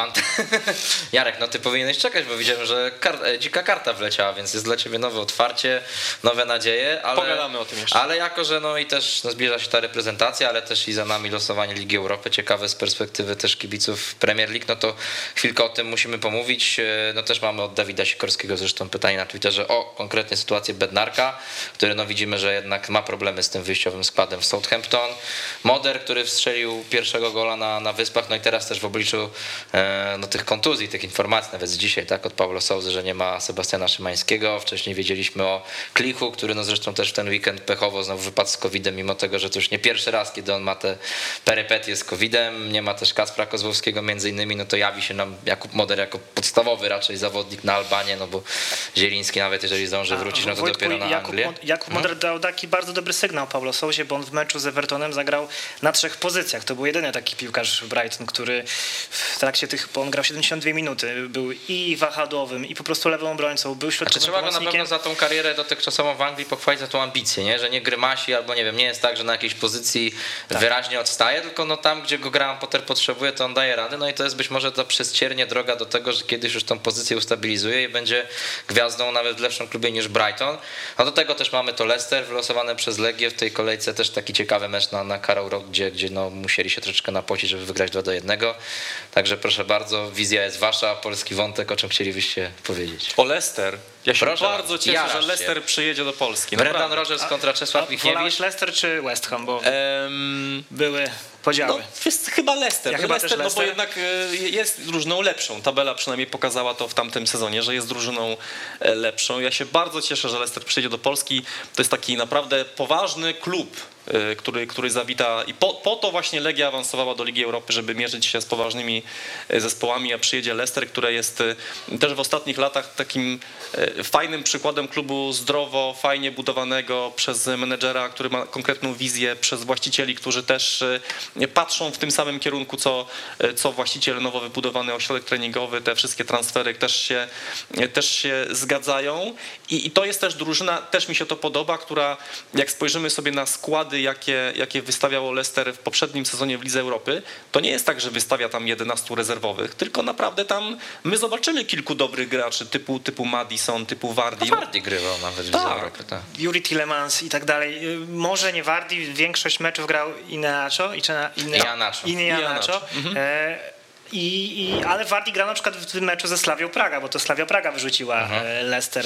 Jarek, no ty powinieneś czekać, bo widziałem, że dzika karta wleciała, więc jest dla ciebie nowe otwarcie, nowe nadzieje, ale pogadamy o tym jeszcze. Ale jako, że no i też zbliża się ta reprezentacja, ale też i za nami losowanie Ligi Europy, ciekawe z perspektywy też kibiców Premier League, no to chwilkę o tym musimy pomówić. No też mamy od Dawida Sikorskiego zresztą pytanie na Twitterze o konkretnie sytuację Bednarka, który no widzimy, że jednak ma problemy z tym wyjściowym składem w Southampton. Moder, który wstrzelił pierwszego gola na Wyspach, no i teraz też w obliczu tych kontuzji, tych informacji, nawet z dzisiaj, tak, od Paulo Sousy, że nie ma Sebastiana Szymańskiego. Wcześniej wiedzieliśmy o Klichu, który no zresztą też w ten weekend pechowo znowu wypadł z COVID-em, mimo tego, że to już nie pierwszy raz, kiedy on ma te perypetie z COVID-em. Nie ma też Kacpra Kozłowskiego między innymi, no to jawi się nam Jakub Moder jako podstawowy raczej zawodnik na Albanię, no bo Zieliński nawet jeżeli zdąży wrócić, no to Wojtku, dopiero na Anglię. Jakub Moder dał taki bardzo dobry sygnał Paulo Sousie, bo on w meczu z Evertonem zagrał na 3 pozycjach. To był jedyny taki piłkarz Brighton, który w trakcie bo on grał 72 minuty, był i wahadłowym, i po prostu lewym obrońcą, był środkowym Trzeba go na pomocnikiem. pewno za tą karierę dotychczasową w Anglii pochwalić, za tą ambicję, nie? Że nie grymasi albo nie wiem, nie jest tak, że na jakiejś pozycji wyraźnie odstaje, tylko no tam, gdzie go Graham Potter potrzebuje, to on daje radę, no i to jest być może ta przezciernie droga do tego, że kiedyś już tą pozycję ustabilizuje i będzie gwiazdą nawet w lepszym klubie niż Brighton. No do tego też mamy to Leicester wylosowane przez Legię w tej kolejce, też taki ciekawy mecz na Carrow Rock, gdzie no musieli się troszeczkę napocić, żeby wygrać 2-1. Także proszę bardzo, wizja jest wasza, polski wątek, o czym chcielibyście powiedzieć? O Leicester. Ja się Proszę bardzo cieszę, że Leicester przyjedzie do Polski. Brendan Rodgers kontra Czesław Michniewicz. Wolałeś Leicester czy West Ham, bo były podziały? No, jest chyba Leicester. Ja chyba Leicester, też no bo Leicester. jednak jest drużyną lepszą. Tabela przynajmniej pokazała to w tamtym sezonie, że jest drużyną lepszą. Ja się bardzo cieszę, że Leicester przyjedzie do Polski. To jest taki naprawdę poważny klub który zawita i po to właśnie Legia awansowała do Ligi Europy, żeby mierzyć się z poważnymi zespołami, a przyjedzie Leicester, które jest też w ostatnich latach takim fajnym przykładem klubu zdrowo, fajnie budowanego przez menedżera, który ma konkretną wizję, przez właścicieli, którzy też patrzą w tym samym kierunku, co właściciel, nowo wybudowany ośrodek treningowy, te wszystkie transfery też się zgadzają i to jest też drużyna, też mi się to podoba, która jak spojrzymy sobie na składy, jakie wystawiało Leicester w poprzednim sezonie w Lidze Europy, to nie jest tak, że wystawia tam 11 rezerwowych, tylko naprawdę tam my zobaczymy kilku dobrych graczy typu Maddison, typu Vardy. Vardy grywał nawet w Lidze Europy. Tak. Yuri Tillemans i tak dalej. Może nie Vardy, większość meczów grał Iheanacho. Ale Vardy grał na przykład w tym meczu ze Slavią Praga, bo to Slavia Praga wyrzuciła Leicester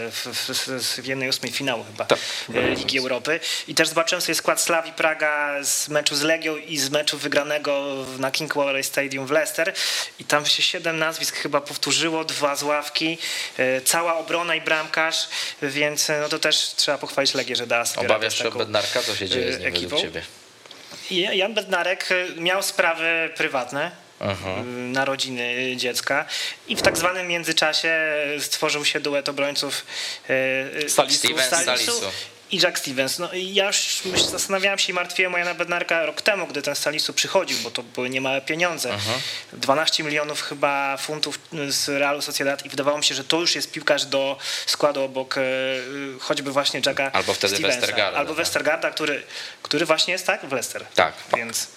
w 1/8 finału chyba Ligi Europy. I też zobaczyłem sobie skład Slavii Praga z meczu z Legią i z meczu wygranego na King Power Stadium w Leicester. I tam się 7 nazwisk chyba powtórzyło, 2 z ławki, cała obrona i bramkarz, więc no to też trzeba pochwalić Legię, że dała sobie. Obawiasz się o Bednarka? Co się dzieje z nim według ciebie? Jan Bednarek miał sprawy prywatne, narodziny dziecka i w tak zwanym międzyczasie stworzył się duet obrońców Salisu i Jack Stevens. No i ja już zastanawiałem się i martwiłem o Jana Bednarka rok temu, gdy ten Salisu przychodził, bo to były niemałe pieniądze. 12 milionów chyba funtów z Realu Sociedad i wydawało mi się, że to już jest piłkarz do składu obok choćby właśnie Jacka albo wtedy Stevensa. Westergaarda. Albo Westergaarda, który właśnie jest w Leicester. Tak. Więc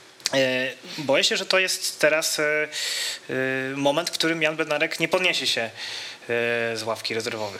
boję się, że to jest teraz moment, w którym Jan Bednarek nie podniesie się z ławki rezerwowych.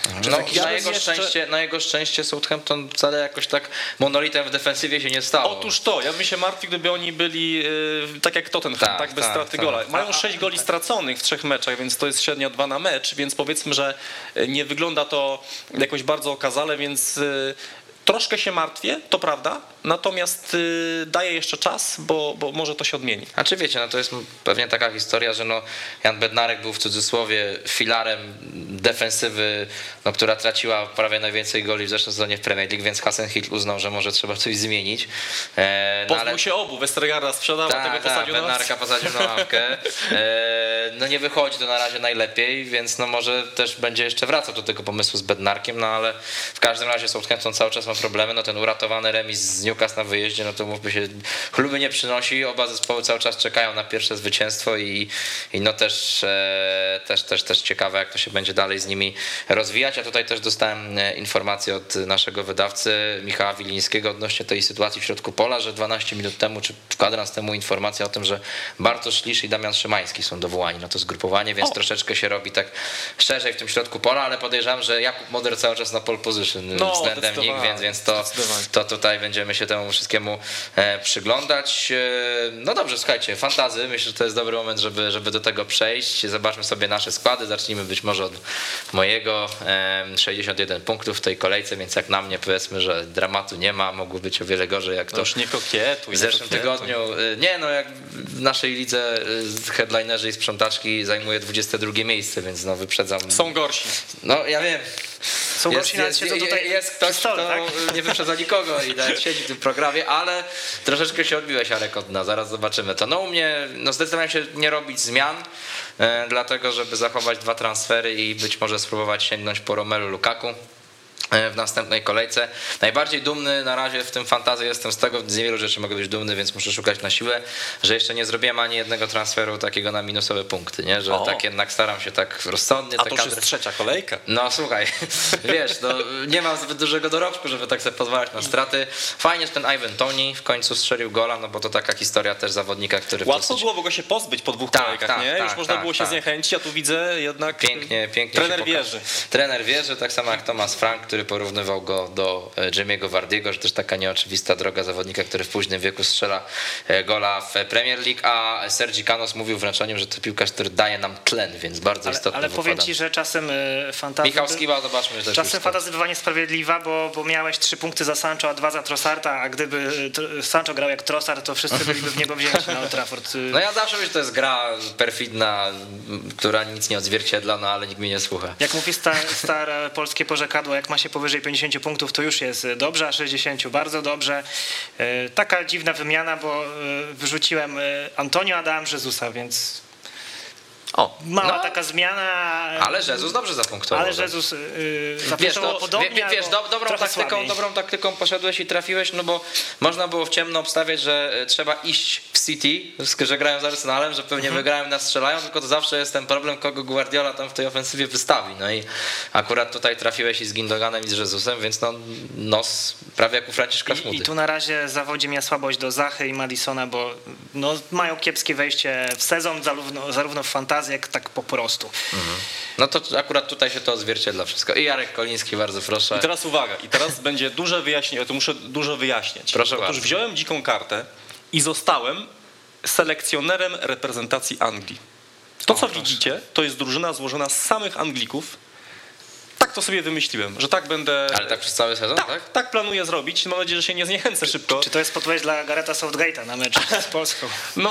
Na jego szczęście Southampton wcale jakoś tak monolitem w defensywie się nie stało. Otóż to, ja bym się martwił, gdyby oni byli tak jak Tottenham, tak bez straty gola. Mają 6 goli straconych w 3 meczach, więc to jest średnia 2 na mecz, więc powiedzmy, że nie wygląda to jakoś bardzo okazale, więc troszkę się martwię, to prawda, natomiast daję jeszcze czas, bo może to się odmieni. A czy wiecie, no to jest pewnie taka historia, że no Jan Bednarek był w cudzysłowie filarem defensywy, no, która traciła prawie najwięcej goli w zeszłym sezonie w Premier League, więc Hasenhüttl uznał, że może trzeba coś zmienić. Pozbył się obu, Westergaarda sprzedał, a tego posadził na Bednarka posadził na ławkę. No nie wychodzi to na razie najlepiej, więc no może też będzie jeszcze wracał do tego pomysłu z Bednarkiem, no ale w każdym razie Southampton cały czas ma problemy, no ten uratowany remis z Newcastle na wyjeździe, no to mówmy się, chluby nie przynosi, oba zespoły cały czas czekają na pierwsze zwycięstwo i no też ciekawe, jak to się będzie dalej z nimi rozwijać. Ja tutaj też dostałem informację od naszego wydawcy Michała Wilińskiego odnośnie tej sytuacji w środku pola, że 12 minut temu, czy kwadrans temu informacja o tym, że Bartosz Lisz i Damian Szymański są dowołani na to zgrupowanie, więc troszeczkę się robi tak szerzej w tym środku pola, ale podejrzewam, że Jakub Moder cały czas na pole position względem nich, więc to tutaj będziemy się temu wszystkiemu przyglądać. No dobrze, słuchajcie, fantazy, myślę, że to jest dobry moment, żeby do tego przejść. Zobaczmy sobie nasze składy, zacznijmy być może od mojego. 61 punktów w tej kolejce, więc jak na mnie powiedzmy, że dramatu nie ma, mogło być o wiele gorzej, jak to już nie kokietuj, w zeszłym tygodniu. Nie, no jak w naszej lidze headlinerzy i sprzątaczki zajmuje 22 miejsce, więc no wyprzedzam. Są gorsi. No ja wiem. Są gorsi, nawet siedzą tutaj. Jest ktoś, kto nie wyprzedza nikogo i nawet siedzi w tym programie, ale troszeczkę się odbiłeś, Arek, od dna, zaraz zobaczymy to. No u mnie, no zdecydowałem się nie robić zmian, dlatego żeby zachować 2 transfery i być może spróbować sięgnąć po Romelu Lukaku w następnej kolejce. Najbardziej dumny na razie w tym fantasy jestem z tego, z niewielu rzeczy mogę być dumny, więc muszę szukać na siłę, że jeszcze nie zrobiłem ani jednego transferu takiego na minusowe punkty, nie? Że tak jednak staram się tak rozsądnie. A to już jest 3. kolejka. No słuchaj, wiesz, no, nie mam zbyt dużego dorobku, żeby tak sobie pozwalać na straty. Fajnie, że ten Ivan Toney w końcu strzelił gola, no bo to taka historia też zawodnika, który... Łatwo było go się pozbyć po 2 kolejkach, nie? Już można było się zniechęcić, a tu widzę jednak pięknie trener wierzy. Trener wierzy, tak samo jak Thomas Frank, który porównywał go do Jamie'ego Vardy'ego, że też taka nieoczywista droga zawodnika, który w późnym wieku strzela gola w Premier League, a Sergi Canos mówił wręcz o nim, że to piłkarz, który daje nam tlen, więc bardzo istotny. Ale powiem ci, że czasem fantazja... Michał Skiba, zobaczmy. Że czasem fantazja bywa niesprawiedliwa, bo miałeś 3 punkty za Sancho, a 2 za Trossarda, a gdyby Sancho grał jak Trossard, to wszyscy byliby w niebo wzięci na Old Trafford. No ja zawsze myślę, że to jest gra perfidna, która nic nie odzwierciedla, no ale nikt mnie nie słucha. Jak mówi stare polskie porzekadło, jak ma się awansie powyżej 50 punktów to już jest dobrze, a 60 bardzo dobrze. Taka dziwna wymiana, bo wyrzuciłem Antonio Adam Jezusa, więc mała taka zmiana. Ale Jezus dobrze zapunktował. Ale Jezus zapunktował podobnie. Dobrą taktyką poszedłeś i trafiłeś, no bo można było w ciemno obstawiać, że trzeba iść w City, że grają z Arsenalem, że pewnie wygrają, nas strzelają, tylko to zawsze jest ten problem, kogo Guardiola tam w tej ofensywie wystawi. No i akurat tutaj trafiłeś i z Gindoganem i z Jezusem, więc nos prawie jak u Franciszka Szmudy. I tu na razie zawodzi mnie słabość do Zachy i Madisona, bo mają kiepskie wejście w sezon, zarówno w fantazji, jak tak po prostu. No to akurat tutaj się to odzwierciedla wszystko. I Jarek Koliński, bardzo proszę. I teraz uwaga, i teraz będzie duże wyjaśnienie, to muszę dużo wyjaśniać. Proszę bardzo. Otóż wziąłem dziką kartę i zostałem selekcjonerem reprezentacji Anglii. To, co widzicie, to jest drużyna złożona z samych Anglików. Tak to sobie wymyśliłem, że tak będę... Ale tak przez cały sezon, tak? Tak planuję zrobić. Mam nadzieję, że się nie zniechęcę szybko. Czy to jest podpowiedź dla Garetha Southgate'a na mecz z Polską?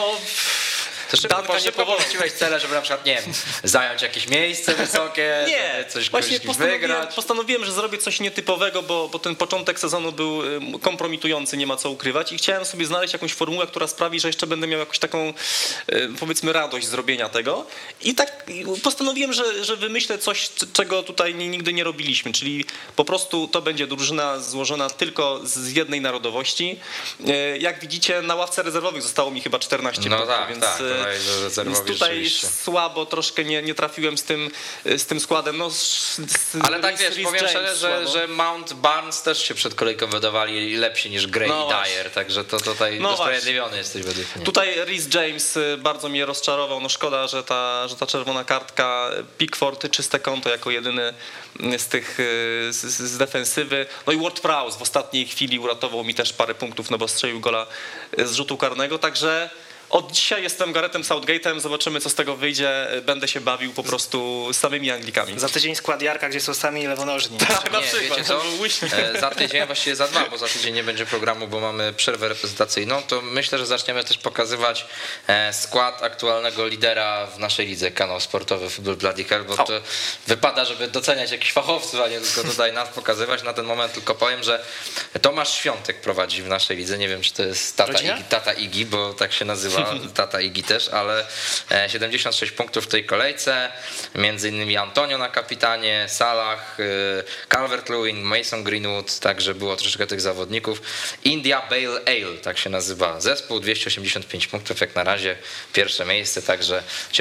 To szybko porzuciłeś cele, żeby na przykład, nie wiem, zająć jakieś miejsce wysokie, nie, coś właśnie wygrać. Postanowiłem, że zrobię coś nietypowego, bo ten początek sezonu był kompromitujący, nie ma co ukrywać i chciałem sobie znaleźć jakąś formułę, która sprawi, że jeszcze będę miał jakąś taką, powiedzmy, radość zrobienia tego i tak postanowiłem, że wymyślę coś, czego tutaj nigdy nie robiliśmy, czyli po prostu to będzie drużyna złożona tylko z jednej narodowości. Jak widzicie, na ławce rezerwowych zostało mi chyba 14 punktów, więc tutaj słabo, troszkę nie trafiłem z tym składem. Ale tak wiesz, powiem szczerze, że Mount Barnes też się przed kolejką wydawali lepsi niż Gray i Dyer, także to tutaj usprawiedliwiony jesteś według mnie. Tutaj Reece James bardzo mnie rozczarował, szkoda, że ta czerwona kartka, Pickford czyste konto jako jedyny z tych z defensywy. No i Ward-Prowse w ostatniej chwili uratował mi też parę punktów, bo strzelił gola z rzutu karnego, także od dzisiaj jestem Garethem Southgate'em, zobaczymy co z tego wyjdzie, będę się bawił po prostu z samymi Anglikami. Za tydzień skład Jarka, gdzie są sami lewonożni. Tak, na przykład. Wiecie co? Za tydzień, właściwie za 2, bo za tydzień nie będzie programu, bo mamy przerwę reprezentacyjną, to myślę, że zaczniemy też pokazywać skład aktualnego lidera w naszej lidze, kanał sportowy Football Bloody Hell, bo to wypada, żeby doceniać jakichś fachowców, a nie tylko tutaj nas pokazywać. Na ten moment tylko powiem, że Tomasz Świątek prowadzi w naszej lidze, nie wiem czy to jest tata Igi, bo tak się nazywa. Tata Igi też, ale 76 punktów w tej kolejce, między innymi Antonio na kapitanie, Salah, Calvert-Lewin, Mason Greenwood, także było troszeczkę tych zawodników. India Bale Ale, tak się nazywa zespół, 285 punktów jak na razie, pierwsze miejsce, także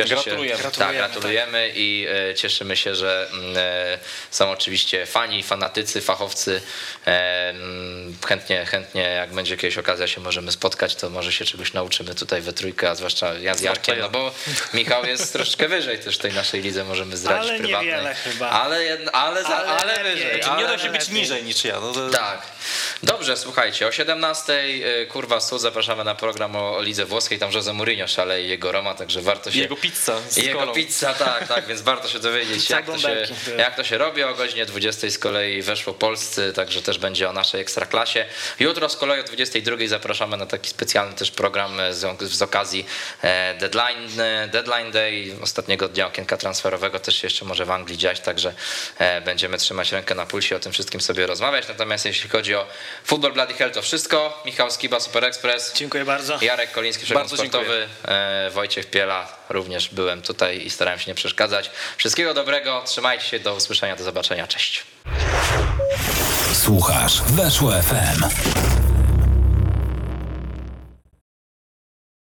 gratulujemy i cieszymy się, że są oczywiście fani, fanatycy, fachowcy, chętnie jak będzie jakaś okazja się możemy spotkać, to może się czegoś nauczymy tutaj we trójkę, a zwłaszcza ja z Jarkiem, no bo Michał jest troszeczkę wyżej też w tej naszej lidze, możemy zdradzić ale prywatnej. Niewiele chyba. Ale wyżej. Nie da się być niżej niż ja. Tak. Dobrze, słuchajcie, o 17:00 Kurwa Sud zapraszamy na program o lidze włoskiej, tam Jose Mourinho szaleje, jego Roma, także warto się... Jego pizza z Jego pizza, tak, więc warto się dowiedzieć, jak to się robi. O godzinie 20:00 z kolei Weszło Polscy, także też będzie o naszej ekstraklasie. Jutro z kolei o 22:00 zapraszamy na taki specjalny też program z okazji Deadline Day, ostatniego dnia okienka transferowego, też się jeszcze może w Anglii dziać, także będziemy trzymać rękę na pulsie, o tym wszystkim sobie rozmawiać. Natomiast jeśli chodzi o Football Bloody Hell, to wszystko. Michał Skiba, Super Express. Dziękuję bardzo. Jarek Koliński, Przegląd Sportowy. Wojciech Piela, również byłem tutaj i starałem się nie przeszkadzać. Wszystkiego dobrego, trzymajcie się, do usłyszenia, do zobaczenia, cześć. Słuchasz Weszło FM.